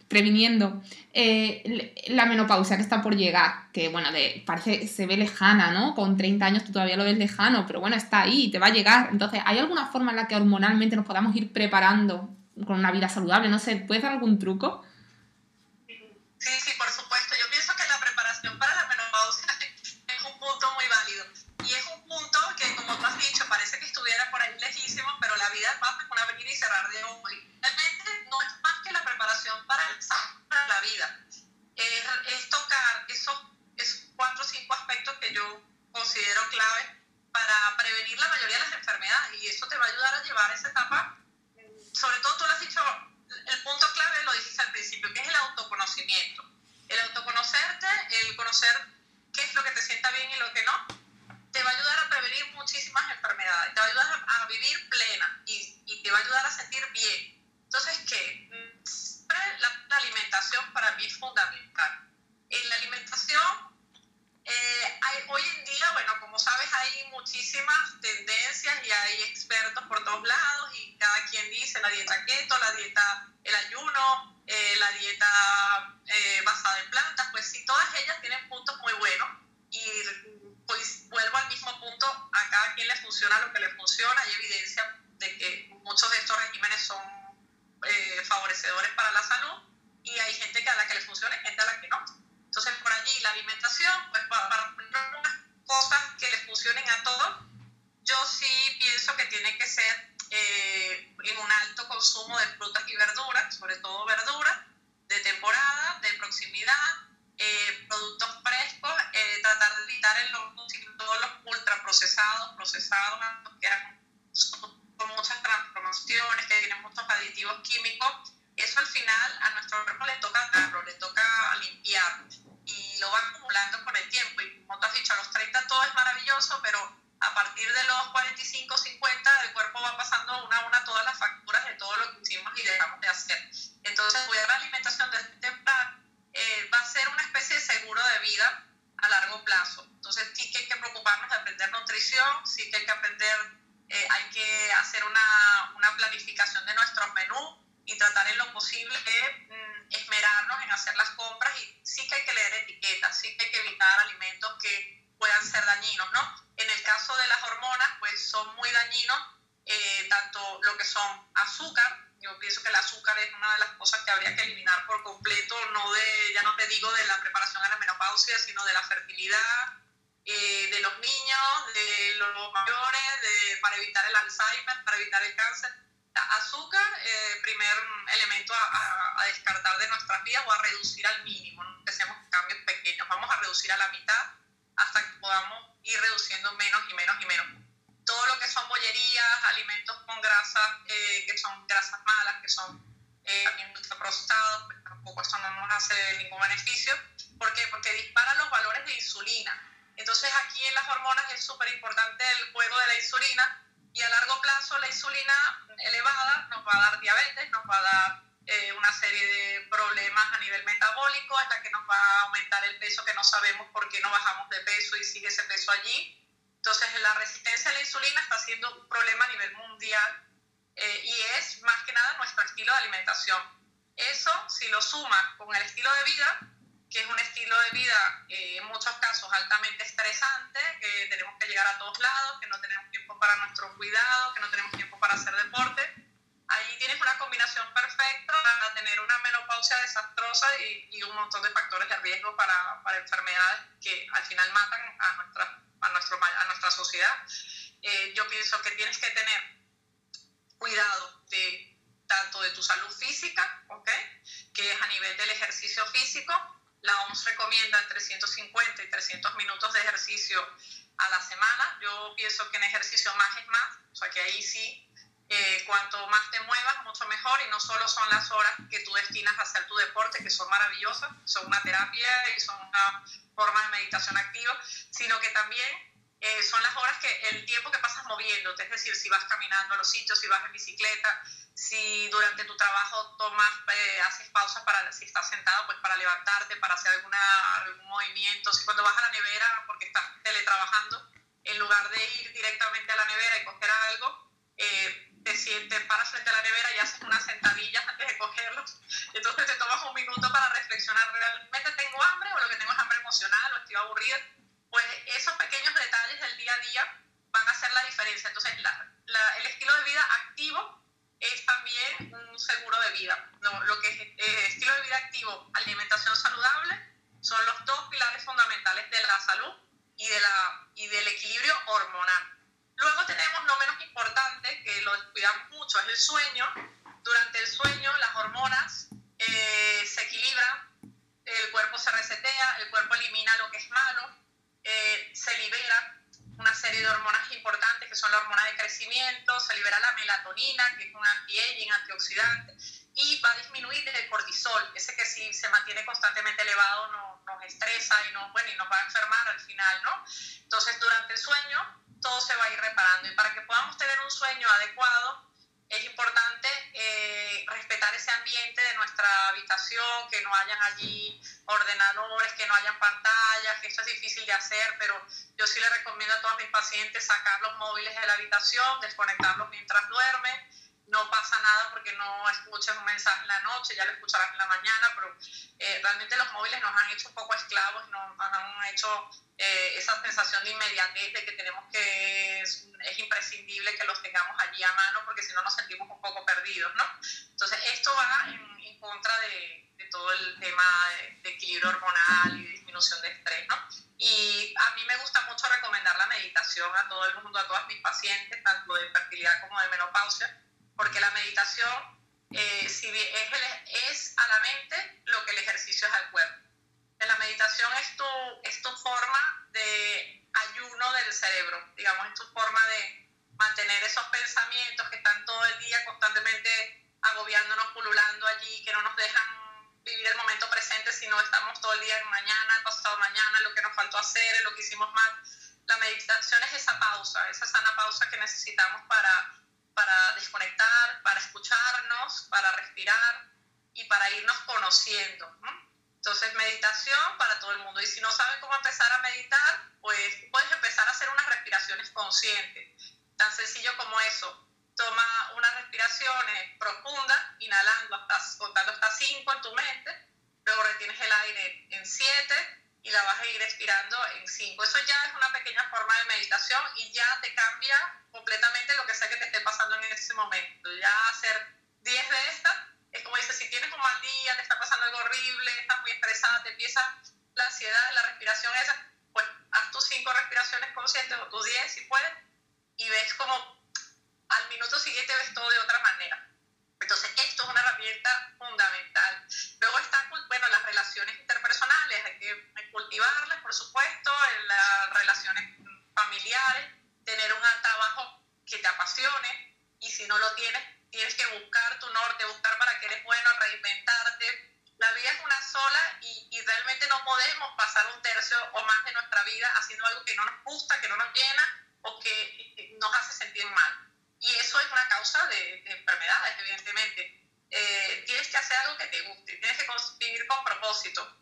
la menopausia que está por llegar? Que, bueno, parece se ve lejana, ¿no? Con 30 años tú todavía lo ves lejano, pero bueno, está ahí, te va a llegar. Entonces, ¿hay alguna forma en la que hormonalmente nos podamos ir preparando con una vida saludable? No sé, ¿puedes dar algún truco? Sí, por supuesto. Yo pienso que la preparación para la menopausia es un punto muy válido. Y es un punto que, como tú has dicho, parece que estuviera por ahí lejísimo, pero la vida pasa con un abrir y cerrar de ojos. Realmente no es más que la preparación para la vida. Es tocar esos 4 o 5 aspectos que yo considero clave para prevenir la mayoría de las enfermedades. Y eso te va a ayudar a llevar esa etapa. Sobre todo tú lo has dicho, el punto clave lo dijiste al principio, que es el autoconocimiento. El autoconocerte, el conocer qué es lo que te sienta bien y lo que no, te va a ayudar a prevenir muchísimas enfermedades, te va a ayudar a vivir plena y te va a ayudar a sentir bien. Entonces, ¿qué? La alimentación para mí es fundamental. En la alimentación, hoy en día, bueno, como sabes, hay muchísimas tendencias y hay expertos por todos lados y cada quien dice la dieta keto, el ayuno, la dieta basada en plantas. Pues sí, todas ellas tienen puntos muy buenos y pues vuelvo al mismo punto, a cada quien le funciona lo que le funciona. Hay evidencia de que muchos de estos regímenes son favorecedores para la salud y hay gente a la que le funciona y gente a la que no. Entonces, por allí, la alimentación, pues para poner unas cosas que les funcionen a todos, yo sí pienso que tiene que ser en un alto consumo de frutas y verduras, sobre todo verduras, de temporada, de proximidad, productos frescos, tratar de evitar todos los ultraprocesados, que con muchas transformaciones, que tienen muchos aditivos químicos. Eso al final a nuestro cuerpo le toca darlo, le toca limpiar y lo va acumulando con el tiempo. Y como tú has dicho, a los 30 todo es maravilloso, pero a partir de los 45, 50 el cuerpo va pasando una a una todas las facturas de todo lo que hicimos y dejamos de hacer. Entonces, cuidar la alimentación desde temprano va a ser una especie de seguro de vida a largo plazo. Entonces, sí que hay que preocuparnos de aprender nutrición, sí que hay que aprender, hay que hacer una planificación de nuestros menús y tratar en lo posible de esmerarnos en hacer las compras, y sí que hay que leer etiquetas, sí que hay que evitar alimentos que puedan ser dañinos, ¿no? En el caso de las hormonas, pues son muy dañinos, tanto lo que son azúcar. Yo pienso que el azúcar es una de las cosas que habría que eliminar por completo, ya no te digo de la preparación a la menopausia, sino de la fertilidad, de los niños, de los mayores, para evitar el Alzheimer, para evitar el cáncer. Azúcar, primer elemento a descartar de nuestras vidas o a reducir al mínimo. No hacemos cambios pequeños, vamos a reducir a la mitad hasta que podamos ir reduciendo menos y menos y menos. Todo lo que son bollerías, alimentos con grasas, que son grasas malas, que son también ultraprocesados, pues tampoco eso no nos hace ningún beneficio. ¿Por qué? Porque dispara los valores de insulina. Entonces aquí en las hormonas es súper importante el juego de la insulina, y a largo plazo la insulina elevada nos va a dar diabetes, nos va a dar una serie de problemas a nivel metabólico, es la que nos va a aumentar el peso, que no sabemos por qué no bajamos de peso y sigue ese peso allí. Entonces la resistencia a la insulina está siendo un problema a nivel mundial, y es más que nada nuestro estilo de alimentación. Eso, si lo sumas con el estilo de vida, que es un estilo de vida en muchos casos altamente estresante, que tenemos que llegar a todos lados, que no tenemos tiempo para nuestro cuidado, que no tenemos tiempo para hacer deporte, ahí tienes una combinación perfecta para tener una menopausia desastrosa y un montón de factores de riesgo para enfermedades que al final matan a nuestra sociedad. Yo pienso que tienes que tener cuidado tanto de tu salud física, ¿okay? Que es a nivel del ejercicio físico. La OMS recomienda entre 150 y 300 minutos de ejercicio a la semana. Yo pienso que en ejercicio más es más, o sea que ahí sí, cuanto más te muevas, mucho mejor, y no solo son las horas que tú destinas a hacer tu deporte, que son maravillosas, son una terapia y son una forma de meditación activa, sino que también son las horas el tiempo que pasas moviéndote, es decir, si vas caminando a los sitios, si vas en bicicleta, si durante tu trabajo haces pausas si estás sentado, pues para levantarte, para hacer algún movimiento, si cuando vas a la nevera porque estás teletrabajando, en lugar de ir directamente a la nevera y coger algo, te paras frente a la nevera y haces unas sentadillas antes de cogerlo, entonces te tomas un minuto para reflexionar, ¿realmente tengo hambre o lo que tengo es hambre emocional o estoy aburrida? Pues esos pequeños detalles del día a día van a hacer la diferencia. Entonces, el estilo de vida activo es también un seguro de vida. No, lo que es estilo de vida activo, alimentación saludable, son los dos pilares fundamentales de la salud y del equilibrio hormonal. Luego tenemos, no menos importante, que lo descuidamos mucho, es el sueño. Durante el sueño las hormonas se equilibran, el cuerpo se resetea, el cuerpo elimina lo que es malo, se libera una serie de hormonas importantes que son la hormona de crecimiento, se libera la melatonina, que es un anti-aging, antioxidante, y va a disminuir el cortisol, ese que si se mantiene constantemente elevado nos estresa y nos va a enfermar al final, ¿no? Entonces, durante el sueño todo se va a ir reparando, y para que podamos tener un sueño adecuado es importante respetar ese ambiente de nuestra habitación, que no hayan allí ordenadores, que no hayan pantallas, que esto es difícil de hacer, pero yo sí le recomiendo a todos mis pacientes sacar los móviles de la habitación, desconectarlos mientras duermen. No pasa nada porque no escuches un mensaje en la noche, ya lo escucharás en la mañana, pero realmente los móviles nos han hecho un poco esclavos, nos han hecho esa sensación de inmediatez, de que es imprescindible que los tengamos allí a mano, porque si no nos sentimos un poco perdidos, ¿no? Entonces esto va en contra de todo el tema de equilibrio hormonal y de disminución de estrés, ¿no? Y a mí me gusta mucho recomendar la meditación a todo el mundo, a todas mis pacientes, tanto de fertilidad como de menopausia, porque la meditación es a la mente lo que el ejercicio es al cuerpo. La meditación es tu forma de ayuno del cerebro, digamos, es tu forma de mantener esos pensamientos que están todo el día constantemente agobiándonos, pululando allí, que no nos dejan vivir el momento presente, sino estamos todo el día en mañana, el pasado mañana, lo que nos faltó hacer, lo que hicimos mal. La meditación es esa pausa, esa sana pausa que necesitamos para desconectar, para escucharnos, para respirar y para irnos conociendo, ¿no? Entonces, meditación para todo el mundo. Y si no saben cómo empezar a meditar, pues puedes empezar a hacer unas respiraciones conscientes. Tan sencillo como eso. Toma unas respiraciones profundas, inhalando contando hasta 5 en tu mente. Luego retienes el aire en 7 y la vas a ir expirando en 5. Eso ya es una pequeña forma de meditación y ya te cambia completamente lo que sea que te esté pasando en ese momento. Ya hacer 10 de estas es como dices, si tienes un mal día, te está pasando algo horrible, estás muy estresada, te empieza la ansiedad, la respiración esa, pues haz tus 5 respiraciones conscientes o tus 10 si puedes, y ves como al minuto siguiente ves todo de otra manera. Entonces esto es una herramienta fundamental. Luego están, bueno, las relaciones interpersonales, hay que cultivarlas, por supuesto, en las relaciones familiares, tener un trabajo que te apasione, y si no lo tienes, tienes que buscar tu norte, buscar para qué eres bueno, reinventarte. La vida es una sola y realmente no podemos pasar un tercio o más de nuestra vida haciendo algo que no nos gusta, que no nos llena o que nos hace sentir mal. Y eso es una causa de enfermedades, evidentemente. Tienes que hacer algo que te guste, tienes que vivir con propósito.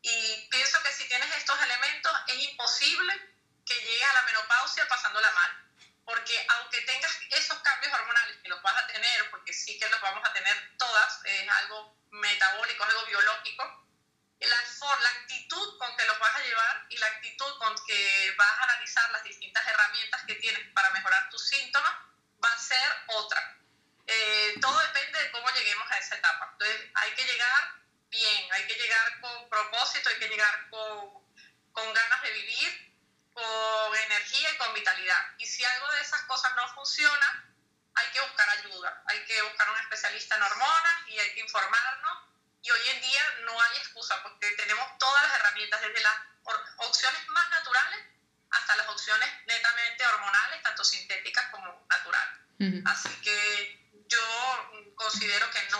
Y pienso que si tienes estos elementos, es imposible que llegues a la menopausia pasándola mal. Porque aunque tengas esos cambios hormonales, que los vas a tener, porque sí que los vamos a tener todas, es algo metabólico, es algo biológico. La actitud con que los vas a llevar y la actitud con que vas a analizar las distintas herramientas que tienes para mejorar tus síntomas va a ser otra. Todo depende de cómo lleguemos a esa etapa. Entonces hay que llegar bien, hay que llegar con propósito, hay que llegar con ganas de vivir, con energía y con vitalidad. Y si algo de esas cosas no funciona, hay que buscar ayuda, hay que buscar un especialista en hormonas y hay que informarnos. Y hoy en día no hay excusa porque tenemos todas las herramientas, desde las opciones más naturales hasta las opciones netamente hormonales, tanto sintéticas como naturales. Así que yo considero que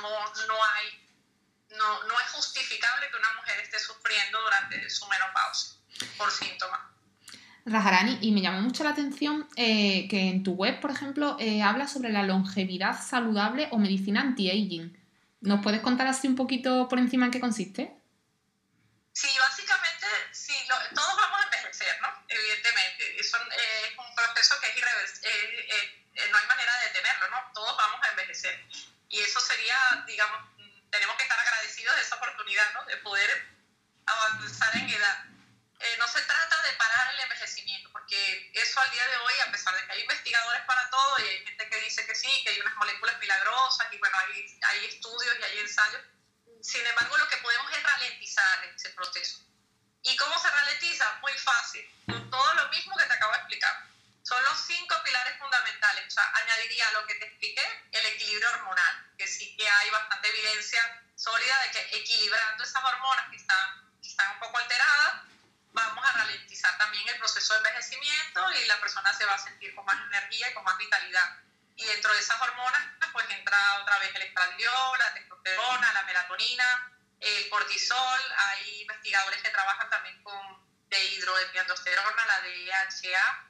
no es justificable que una mujer esté sufriendo durante su menopausia por síntomas. Radharani, y me llamó mucho la atención que en tu web, por ejemplo, hablas sobre la longevidad saludable o medicina anti-aging. ¿Nos puedes contar así un poquito por encima en qué consiste? Sí, básicamente, sí, todos vamos a envejecer, ¿no? Evidentemente. Eso es un proceso que es irreversible, no hay manera de detenerlo, ¿no? Todos vamos a envejecer. Y eso sería, digamos, tenemos que estar agradecidos de esa oportunidad, ¿no? De poder avanzar en edad. No se trata de parar el envejecimiento, porque eso al día de hoy, a pesar de que hay investigadores para todo y hay gente que dice que sí, que hay unas moléculas milagrosas y bueno, hay estudios y hay ensayos, sin embargo lo que podemos es ralentizar ese proceso. ¿Y cómo se ralentiza? Muy fácil, con todo lo mismo que te acabo de explicar. Son los 5 pilares fundamentales. O sea, añadiría a lo que te expliqué, el equilibrio hormonal, que sí que hay bastante evidencia sólida de que equilibrando esas hormonas que están un poco alteradas, vamos a ralentizar también el proceso de envejecimiento y la persona se va a sentir con más energía y con más vitalidad. Y dentro de esas hormonas, pues entra otra vez el estradiol, la testosterona, la melatonina, el cortisol. Hay investigadores que trabajan también con dihidroepiandrosterona, la DHA.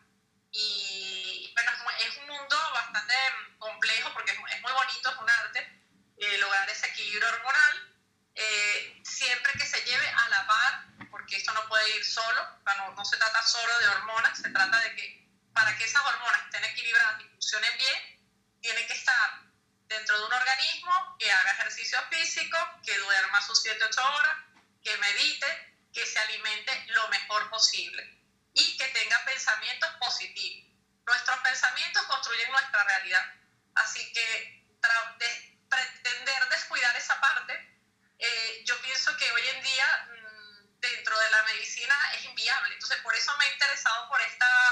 Y bueno, es un mundo bastante complejo porque es muy bonito, es un arte lograr ese equilibrio hormonal. Siempre que se lleve a la par, porque esto no puede ir solo, o sea, no se trata solo de hormonas, se trata de que para que esas hormonas estén equilibradas y funcionen bien, tienen que estar dentro de un organismo que haga ejercicio físico, que duerma sus 7-8 horas, que medite, que se alimente lo mejor posible y que tenga pensamientos positivos. Nuestros pensamientos construyen nuestra realidad, así que pretender descuidar esa parte, yo pienso que hoy en día dentro de la medicina es inviable. Entonces por eso me he interesado por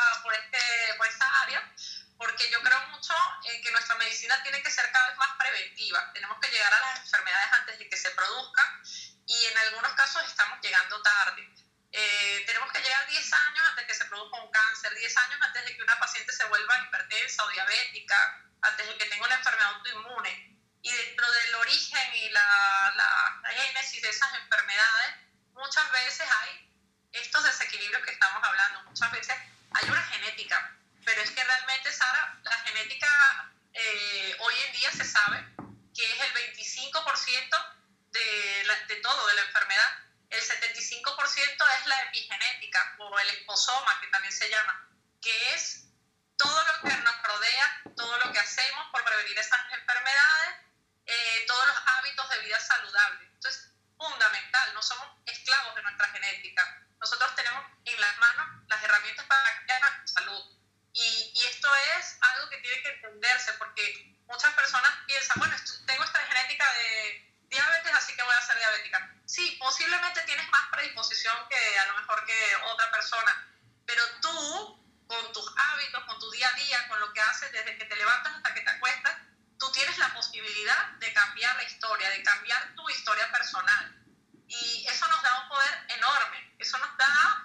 esta área, porque yo creo mucho en que nuestra medicina tiene que ser cada vez más preventiva. Tenemos que llegar a las enfermedades antes de que se produzcan y en algunos casos estamos llegando tarde. Tenemos que llegar 10 años antes de que se produzca un cáncer, 10 años antes de que una paciente se vuelva hipertensa o diabética, antes de que tenga una enfermedad autoinmune. Y dentro del origen y la génesis de esas enfermedades, muchas veces hay estos desequilibrios que estamos hablando. Muchas veces hay una genética, pero es que realmente, Sara, la genética hoy en día se sabe que es el 25% de todo, de la enfermedad. El 75% es la epigenética o el esposoma, que también se llama, que es todo lo que nos rodea, todo lo que hacemos por prevenir esas enfermedades, todos los hábitos de vida saludable. Entonces, fundamental, no somos esclavos de nuestra genética. Nosotros tenemos en las manos las herramientas para crear nuestra salud. Y esto es algo que tiene que entenderse, porque muchas personas piensan, bueno, tengo esta genética de diabetes, así que voy a ser diabética. Sí, posiblemente tienes más predisposición que a lo mejor que otra persona, pero tú, con tus hábitos, con tu día a día, con lo que haces desde que te levantas hasta que te acuestas, tú tienes la posibilidad de cambiar la historia, de cambiar tu historia personal. Y eso nos da un poder enorme, eso nos da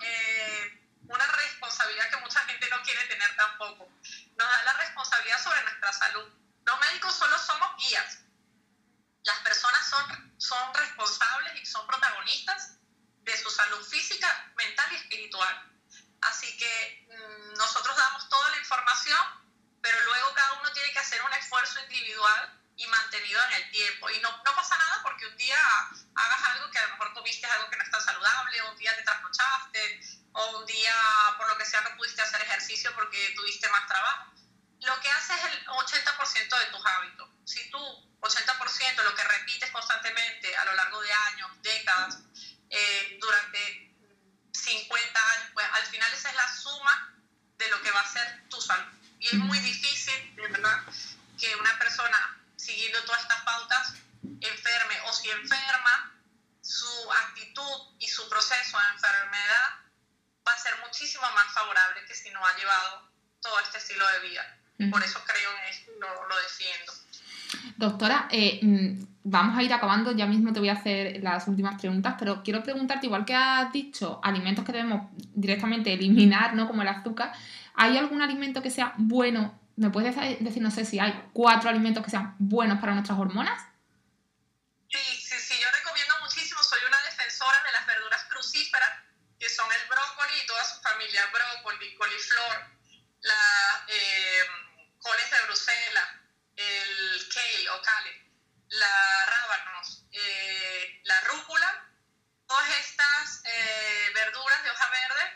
una responsabilidad que mucha gente no quiere tener tampoco. Nos da la responsabilidad sobre nuestra salud. Los médicos solo somos guías. Las personas son responsables y son protagonistas de su salud física, mental y espiritual. Así que nosotros damos toda la información, pero luego cada uno tiene que hacer un esfuerzo individual y mantenido en el tiempo. Y no pasa nada porque un día hagas algo que a lo mejor comiste algo que no es tan saludable, o un día te trasnochaste, o un día por lo que sea no pudiste hacer ejercicio porque tuviste más trabajo. Lo que hace es el 80% de tus hábitos. Si tú 80% lo que repites constantemente a lo largo de años, décadas, durante 50 años, pues al final esa es la suma de lo que va a ser tu salud. Y es muy difícil, de verdad, que una persona siguiendo todas estas pautas enferme, o si enferma, su actitud y su proceso de enfermedad va a ser muchísimo más favorable que si no ha llevado todo este estilo de vida. Por eso creo en esto, lo defiendo. Doctora, vamos a ir acabando, ya mismo te voy a hacer las últimas preguntas, pero quiero preguntarte, igual que has dicho, alimentos que debemos directamente eliminar, ¿no? Como el azúcar, ¿hay algún alimento que sea bueno? ¿Me puedes decir, no sé si hay 4 alimentos que sean buenos para nuestras hormonas? Sí, yo recomiendo muchísimo, soy una defensora de las verduras crucíferas, que son el brócoli y toda su familia, brócoli, coliflor, la coles de Bruselas, el kale o kale, la rábanos, la rúcula. Todas estas verduras de hoja verde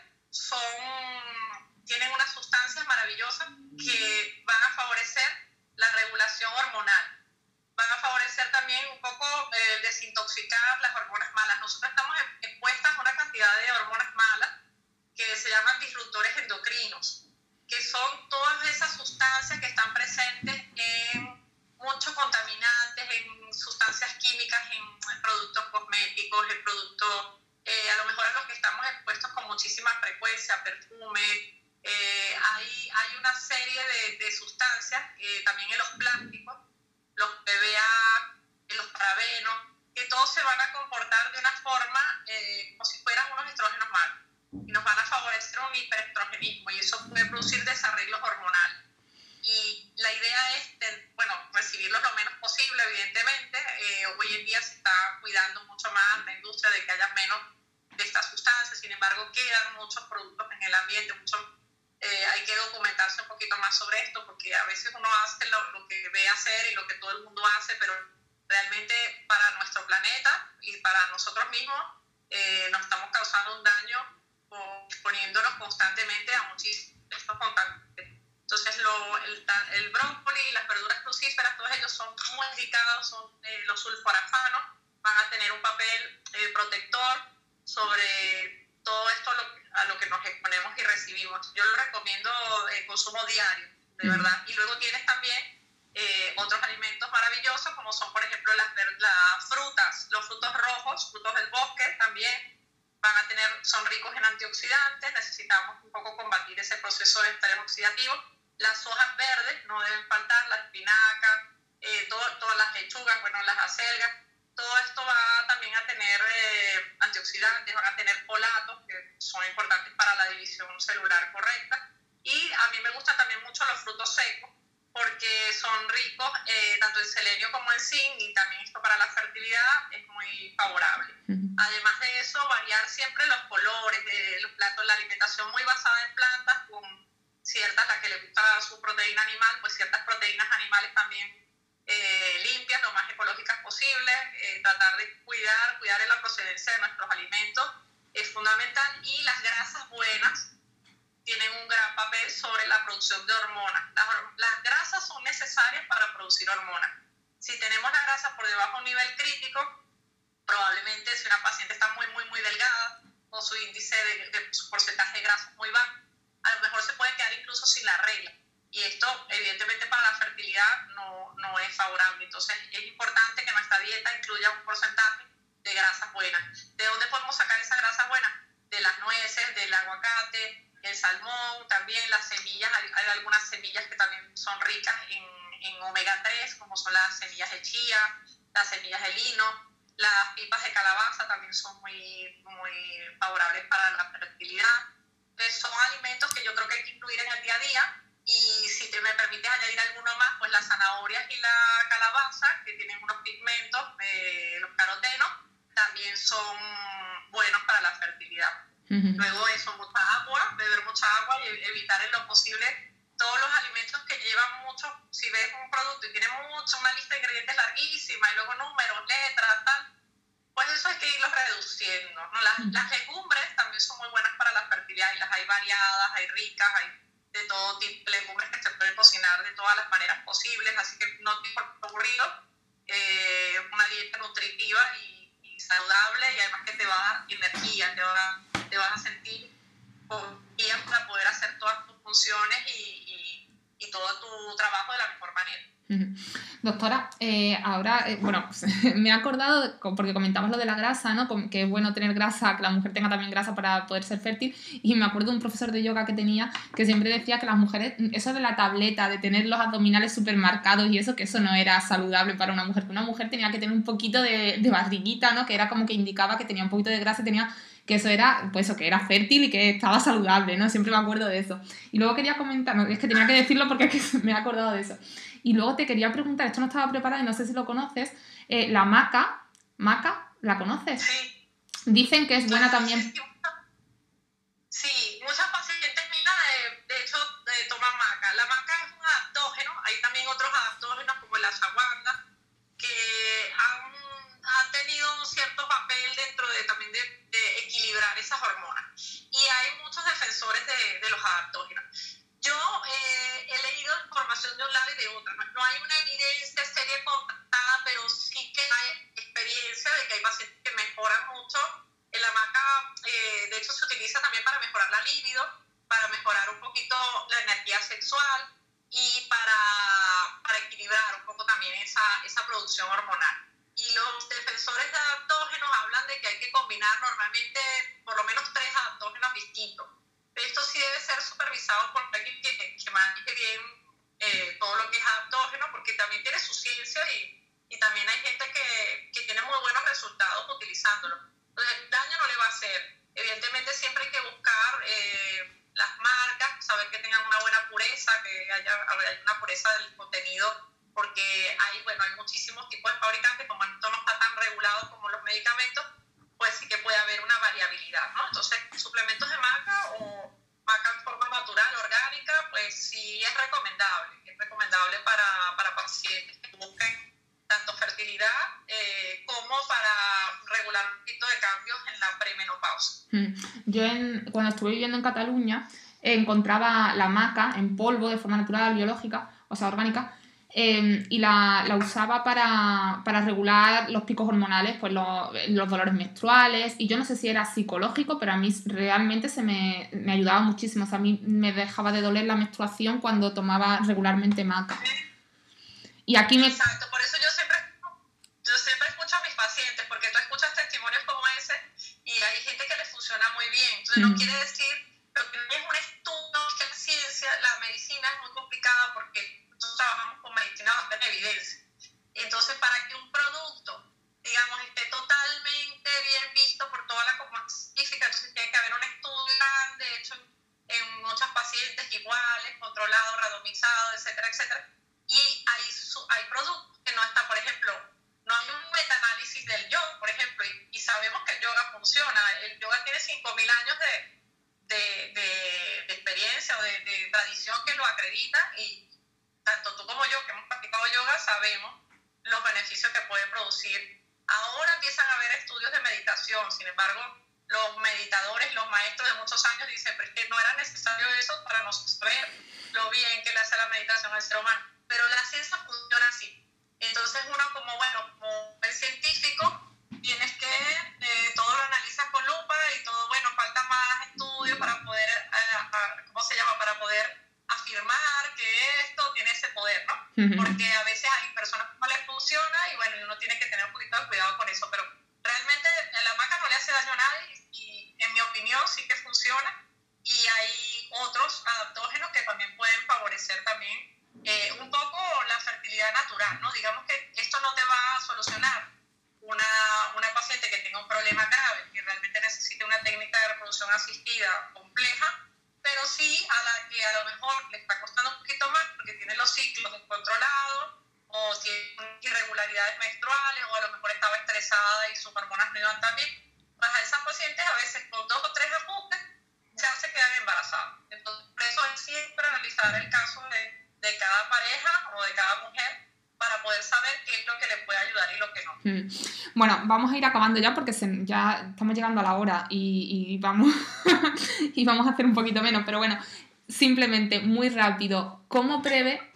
tienen unas sustancias maravillosas que van a favorecer la regulación hormonal. Van a favorecer también un poco desintoxicar las hormonas malas. Nosotros estamos expuestas a una cantidad de hormonas malas que se llaman disruptores endocrinos, que son todas esas sustancias que están presentes en muchos contaminantes, en sustancias químicas, en productos cosméticos, en productos, a lo mejor a los que estamos expuestos con muchísima frecuencia, perfume. Hay una serie de sustancias, también en los plásticos, los PVA, los parabenos, que todos se van a comportar de una forma como si fueran unos estrógenos malos y nos van a favorecer un hiperestrogenismo y eso puede producir desarreglos hormonales. Y la idea es, recibirlos lo menos posible, evidentemente. Hoy en día se está cuidando mucho más la industria de que haya menos de estas sustancias, sin embargo quedan muchos productos en el ambiente, hay que documentarse un poquito más sobre esto, porque a veces uno hace lo que ve hacer y lo que todo el mundo hace, pero realmente para nuestro planeta y para nosotros mismos nos estamos causando un daño exponiéndonos constantemente a muchísimos estos contaminantes. Entonces el brócoli y las verduras crucíferas, todos ellos son muy indicados, son los sulforafanos, van a tener un papel protector sobre todo esto a lo que nos exponemos y recibimos. Yo lo recomiendo consumo diario, de verdad. Y luego tienes también otros alimentos maravillosos, como son, por ejemplo, las frutas, los frutos rojos, frutos del bosque también son ricos en antioxidantes, necesitamos un poco combatir ese proceso de estrés oxidativo. Las hojas verdes no deben faltar, la espinaca, todas las lechugas, las acelgas. Todo esto va también a tener antioxidantes, van a tener folatos, que son importantes para la división celular correcta. Y a mí me gustan también mucho los frutos secos, porque son ricos tanto en selenio como en zinc, y también esto para la fertilidad es muy favorable. Además de eso, variar siempre los colores de los platos, la alimentación muy basada en plantas, con ciertas, la que le gusta su proteína animal, pues ciertas proteínas animales también limpias, lo más ecológicas posible, tratar de cuidar la procedencia de nuestros alimentos es fundamental, y las grasas buenas tienen un gran papel sobre la producción de hormonas. Las grasas son necesarias para producir hormonas. Si tenemos la grasa por debajo de un nivel crítico, probablemente si una paciente está muy, muy, muy delgada o su índice de su porcentaje de grasa es muy bajo, a lo mejor se puede quedar incluso sin la regla. Y esto, evidentemente, para la fertilidad no es favorable. Entonces, es importante que nuestra dieta incluya un porcentaje de grasas buenas. ¿De dónde podemos sacar esas grasas buenas? De las nueces, del aguacate, el salmón, también las semillas. Hay algunas semillas que también son ricas en omega 3, como son las semillas de chía, las semillas de lino. Las pipas de calabaza también son muy, muy favorables para la fertilidad. Entonces, son alimentos que yo creo que hay que incluir en el día a día. Y si me permites añadir alguno más, pues las zanahorias y la calabaza, que tienen unos pigmentos, los carotenos, también son buenos para la fertilidad. Luego eso, beber mucha agua y evitar en lo posible todos los alimentos que llevan mucho. Si ves un producto y tiene una lista de ingredientes larguísima y luego números, letras, tal, pues eso hay que irlos reduciendo, ¿no? Las legumbres también son muy buenas para la fertilidad, y las hay variadas, hay ricas, hay de todo tipo de legumbres que se pueden cocinar de todas las maneras posibles, así que no te por aburrido, una dieta nutritiva y saludable y además que te va a dar energía, te vas a sentir con energía para poder hacer todas tus funciones y todo tu trabajo de la mejor manera. Doctora, ahora, bueno, me he acordado, porque comentabas lo de la grasa, ¿no? Que es bueno tener grasa, que la mujer tenga también grasa para poder ser fértil, y me acuerdo de un profesor de yoga que tenía, que siempre decía que las mujeres, eso de la tableta, de tener los abdominales súper marcados y eso, que eso no era saludable para una mujer, que una mujer tenía que tener un poquito de barriguita, ¿no? Que era como que indicaba que tenía un poquito de grasa, que eso era, pues eso, que era fértil y que estaba saludable, ¿no? Siempre me acuerdo de eso. Y luego quería comentar, no, es que tenía que decirlo porque es que me he acordado de eso. Y luego te quería preguntar, esto no estaba preparado y no sé si lo conoces, la maca, ¿la conoces? Sí. Dicen que es buena también. Sí, muchas pacientes mías de hecho toman maca. La maca es un adaptógeno, hay también otros adaptógenos como la ashwagandha que han tenido un cierto papel dentro también de equilibrar esas hormonas. Y hay muchos defensores de los adaptógenos. Yo he leído información de un lado y de otro. No hay una evidencia seria contrastada, pero sí que hay experiencia de que hay pacientes que mejoran mucho. La maca, de hecho, se utiliza también para mejorar la libido, para mejorar un poquito la energía sexual y para equilibrar un poco también esa producción hormonal. Y los defensores de adaptógenos hablan de que hay que combinar normalmente por lo menos 3 adaptógenos distintos. Esto sí debe ser supervisado por alguien que maneje bien todo lo que es adaptógeno, porque también tiene su ciencia y también hay gente que tiene muy buenos resultados utilizándolo. Entonces, daño no le va a hacer. Evidentemente, siempre hay que buscar las marcas, saber que tengan una buena pureza, que haya una pureza del contenido, porque hay muchísimos tipos de fabricantes, como esto no está tan regulado como los medicamentos, pues sí que puede haber una variabilidad, ¿no? Entonces, suplementos de maca o maca en forma natural, orgánica, pues sí es recomendable para pacientes que busquen tanto fertilidad como para regular un poquito de cambios en la premenopausia. Yo cuando estuve viviendo en Cataluña encontraba la maca en polvo de forma natural, biológica, o sea, orgánica, y la usaba para regular los picos hormonales, pues los dolores menstruales, y yo no sé si era psicológico, pero a mí realmente me ayudaba muchísimo. O sea, a mí me dejaba de doler la menstruación cuando tomaba regularmente maca. Y aquí Exacto, por eso yo siempre escucho a mis pacientes, porque tú escuchas testimonios como ese y hay gente que les funciona muy bien. Entonces no quiere decir, pero que no es un estudio, que la ciencia, la medicina es muy complicada porque nosotros trabajamos con medicina basada en evidencia. Entonces, para que un producto, digamos, esté totalmente bien visto por toda la comunidad científica, entonces tiene que haber un estudio grande, hecho en muchos pacientes iguales, controlado, randomizado, etcétera, etcétera. Y hay productos que no están, por ejemplo, no hay un metaanálisis del yoga, por ejemplo, y sabemos que el yoga funciona. El yoga tiene 5.000 años de experiencia o de tradición que lo acredita, y tanto tú como yo, que hemos practicado yoga, sabemos los beneficios que puede producir. Ahora empiezan a haber estudios de meditación, sin embargo, los meditadores, los maestros de muchos años dicen, pero es que no era necesario eso para nosotros ver lo bien que le hace la meditación al ser humano. Pero la ciencia funciona así. Entonces uno como el científico, tienes que, todo lo analizas con lupa y todo, falta más estudios para poder, para poder afirmar que esto tiene ese poder, ¿no? Porque a veces hay personas que no les funciona y uno tiene que tener un poquito de cuidado con eso, pero realmente la maca no le hace daño a nadie y en mi opinión sí que funciona, y hay otros adaptógenos que también pueden favorecer también un poco la fertilidad natural, ¿no? Digamos que esto no te va a solucionar una paciente que tenga un problema grave, que realmente necesite una técnica de reproducción asistida compleja, pero sí a la que a lo mejor le está costando un poquito más porque tiene los ciclos descontrolados o tiene irregularidades menstruales o a lo mejor estaba estresada y sus hormonas no iban tan bien. Pues a esas pacientes a veces con 2 o 3 ajustes ya se quedan embarazadas. Entonces, por eso es siempre analizar el caso de cada pareja o de cada mujer para poder saber qué es lo que le puede ayudar y lo que no. Bueno, vamos a ir acabando ya porque ya estamos llegando a la hora y vamos y vamos a hacer un poquito menos, pero bueno, simplemente, muy rápido, ¿cómo prevé?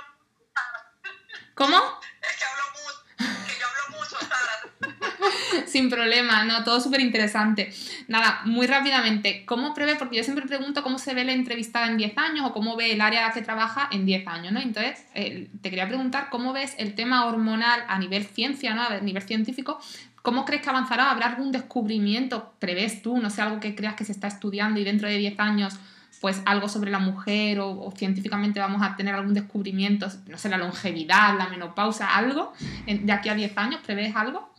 ¿Cómo? Es que yo hablo mucho, Sara. Sin problema, no, todo súper interesante. Nada, muy rápidamente, ¿cómo prevé? Porque yo siempre pregunto cómo se ve la entrevistada en 10 años o cómo ve el área que trabaja en 10 años, ¿no? Entonces, te quería preguntar cómo ves el tema hormonal a nivel ciencia, ¿no? A nivel científico. ¿Cómo crees que avanzará? ¿Habrá algún descubrimiento? ¿Prevés tú, no sé, algo que creas que se está estudiando y dentro de 10 años, pues algo sobre la mujer o científicamente vamos a tener algún descubrimiento, no sé, la longevidad, la menopausia, algo de aquí a 10 años? ¿Prevés algo?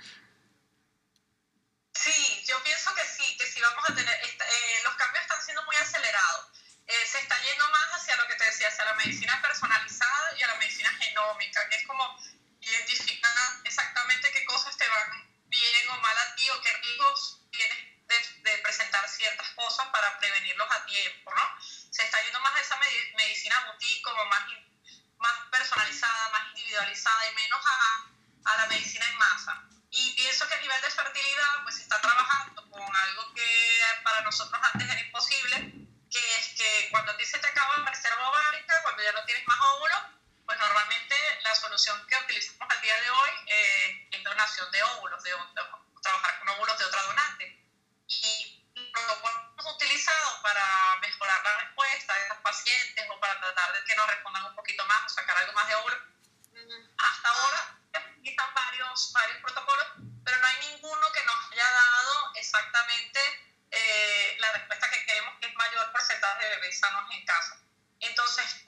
Sí, yo pienso que sí vamos a tener, los cambios están siendo muy acelerados. Se está yendo más hacia lo que te decía, hacia la medicina personalizada y a la medicina genómica, que es como identificar exactamente qué cosas te van bien o mal a ti o qué riesgos tienes de presentar ciertas cosas para prevenirlos a tiempo, ¿no? Se está yendo más a esa medicina boutique, como más personalizada, más individualizada y menos a la medicina en masa. Y pienso que a nivel de fertilidad pues se está trabajando con algo que para nosotros antes era imposible, que es que cuando a ti se te acaba la reserva ovárica, cuando ya no tienes más óvulos, pues normalmente la solución que utilizamos al día de hoy es donación de óvulos, de trabajar con óvulos de otra donante. Y lo que hemos utilizado para mejorar la respuesta de estos pacientes o para tratar de que nos respondan un poquito más o sacar algo más de óvulos, hasta ahora están varios protocolos, pero no hay ninguno que nos haya dado exactamente la respuesta que queremos, que es mayor porcentaje de bebés sanos en casa. Entonces,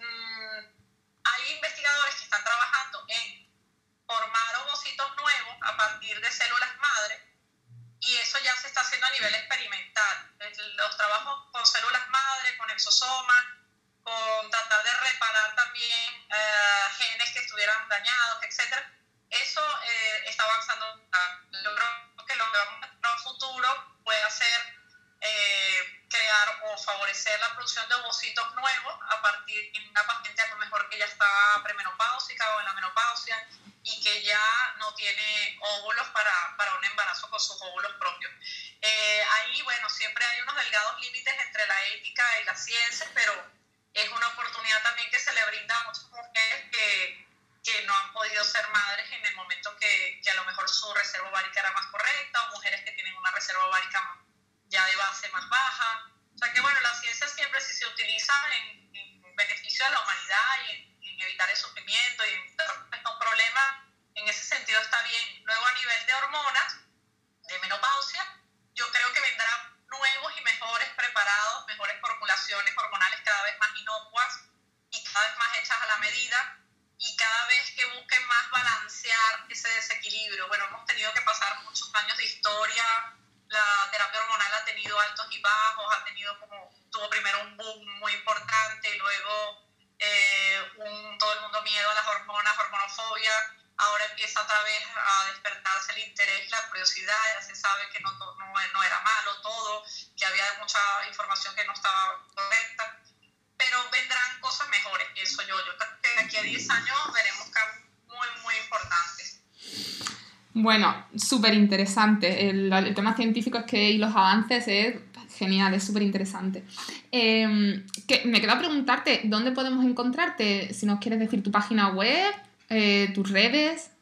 hay investigadores que están trabajando en formar ovocitos nuevos a partir de células madre, y eso ya se está haciendo a nivel experimental. Los trabajos con células madre, con exosomas, con tratar de reparar también genes que estuvieran dañados, etc. Eso está avanzando. Yo creo que lo que vamos a hacer en un futuro puede ser crear o favorecer la producción de ovocitos nuevos a partir de una paciente a lo mejor que ya está premenopáusica o en la menopausia y que ya no tiene óvulos para un embarazo con sus óvulos propios. Ahí, bueno, siempre hay unos delgados límites entre la ética y la ciencia, pero es una oportunidad también que se le brinda a muchas mujeres que no han podido ser madres en el momento que a lo mejor su reserva ovárica era más correcta, o mujeres que tienen una reserva ovárica ya de base más baja. O sea que, bueno, la ciencia siempre, si se utiliza en beneficio de la humanidad y en evitar el sufrimiento y en un problema, en ese sentido está bien. Luego, a nivel de hormonas, de menopausia, yo creo que vendrán nuevos y mejores preparados, mejores formulaciones hormonales cada vez más inocuas y cada vez más hechas a la medida, y cada vez que busquen más balancear ese desequilibrio. Bueno, hemos tenido que pasar muchos años de historia, la terapia hormonal ha tenido altos y bajos, tuvo primero un boom muy importante, luego todo el mundo miedo a las hormonas, hormonofobia. Ahora empieza otra vez a despertarse el interés, la curiosidad, ya se sabe que no era malo todo, que había mucha información que no estaba correcta, pero vendrán cosas mejores, pienso yo. Yo creo que de aquí a 10 años veremos cambios muy, muy importantes. Bueno, súper interesante. El tema científico y los avances es genial, es súper interesante. Me queda preguntarte, ¿dónde podemos encontrarte? Si nos quieres decir tu página web, tus redes.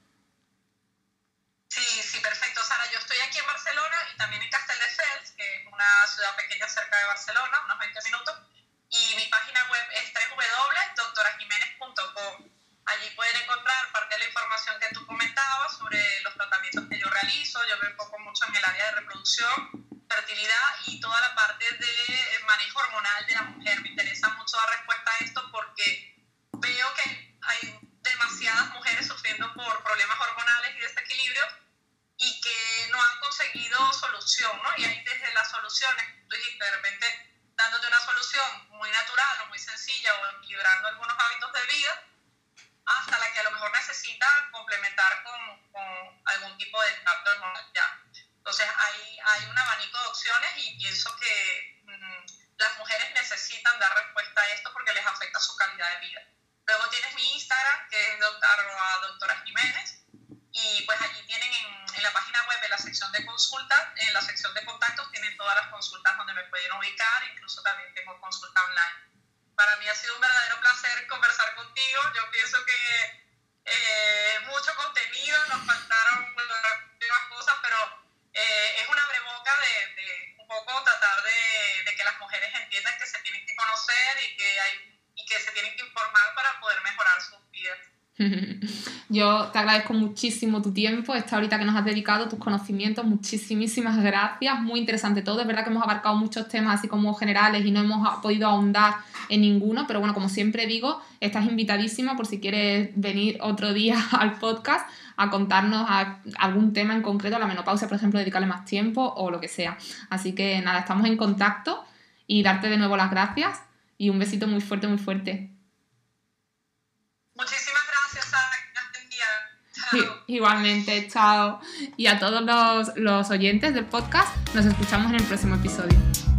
Sí, perfecto, Sara. Yo estoy aquí en Barcelona y también en Castelldefels, que es una ciudad pequeña cerca de Barcelona, unos 20 minutos. Y mi página web es www.doctorajimenez.com. Allí pueden encontrar parte de la información que tú comentabas sobre los tratamientos que yo realizo. Yo me enfoco mucho en el área de reproducción, fertilidad y toda la parte de manejo hormonal de la mujer. Me interesa mucho dar respuesta a esto porque veo que hay demasiadas mujeres sufriendo por problemas hormonales y desequilibrios y que no han conseguido solución, ¿no? Y ahí desde las soluciones, tú dijiste, de repente dándote una solución muy natural o muy sencilla o equilibrando algunos hábitos de vida, hasta la que a lo mejor necesita complementar con algún tipo de terapia hormonal ya. Entonces hay un abanico de opciones y pienso que las mujeres necesitan dar respuesta a esto porque les afecta su calidad de vida. Luego tienes mi Instagram, que es doctora Jiménez, y pues allí tienen en la página web, en la sección de consultas, en la sección de contactos, tienen todas las consultas donde me pueden ubicar, incluso también tengo consulta online. Para mí ha sido un verdadero placer conversar contigo. Yo pienso que mucho contenido, nos faltaron algunas cosas, pero es una abreboca de un poco tratar de que las mujeres entiendan que se tienen que conocer y que se tienen que informar para poder mejorar sus vidas. Yo te agradezco muchísimo tu tiempo, esta horita que nos has dedicado, tus conocimientos, muchísimas gracias, muy interesante todo. Es verdad que hemos abarcado muchos temas así como generales y no hemos podido ahondar en ninguno, pero bueno, como siempre digo, estás invitadísima por si quieres venir otro día al podcast a contarnos algún tema en concreto, a la menopausia, por ejemplo, dedicarle más tiempo o lo que sea. Así que nada, estamos en contacto y darte de nuevo las gracias y un besito muy fuerte, muy fuerte. Muchísimas gracias, Sara. Chao. Igualmente, chao. Y a todos los oyentes del podcast, nos escuchamos en el próximo episodio.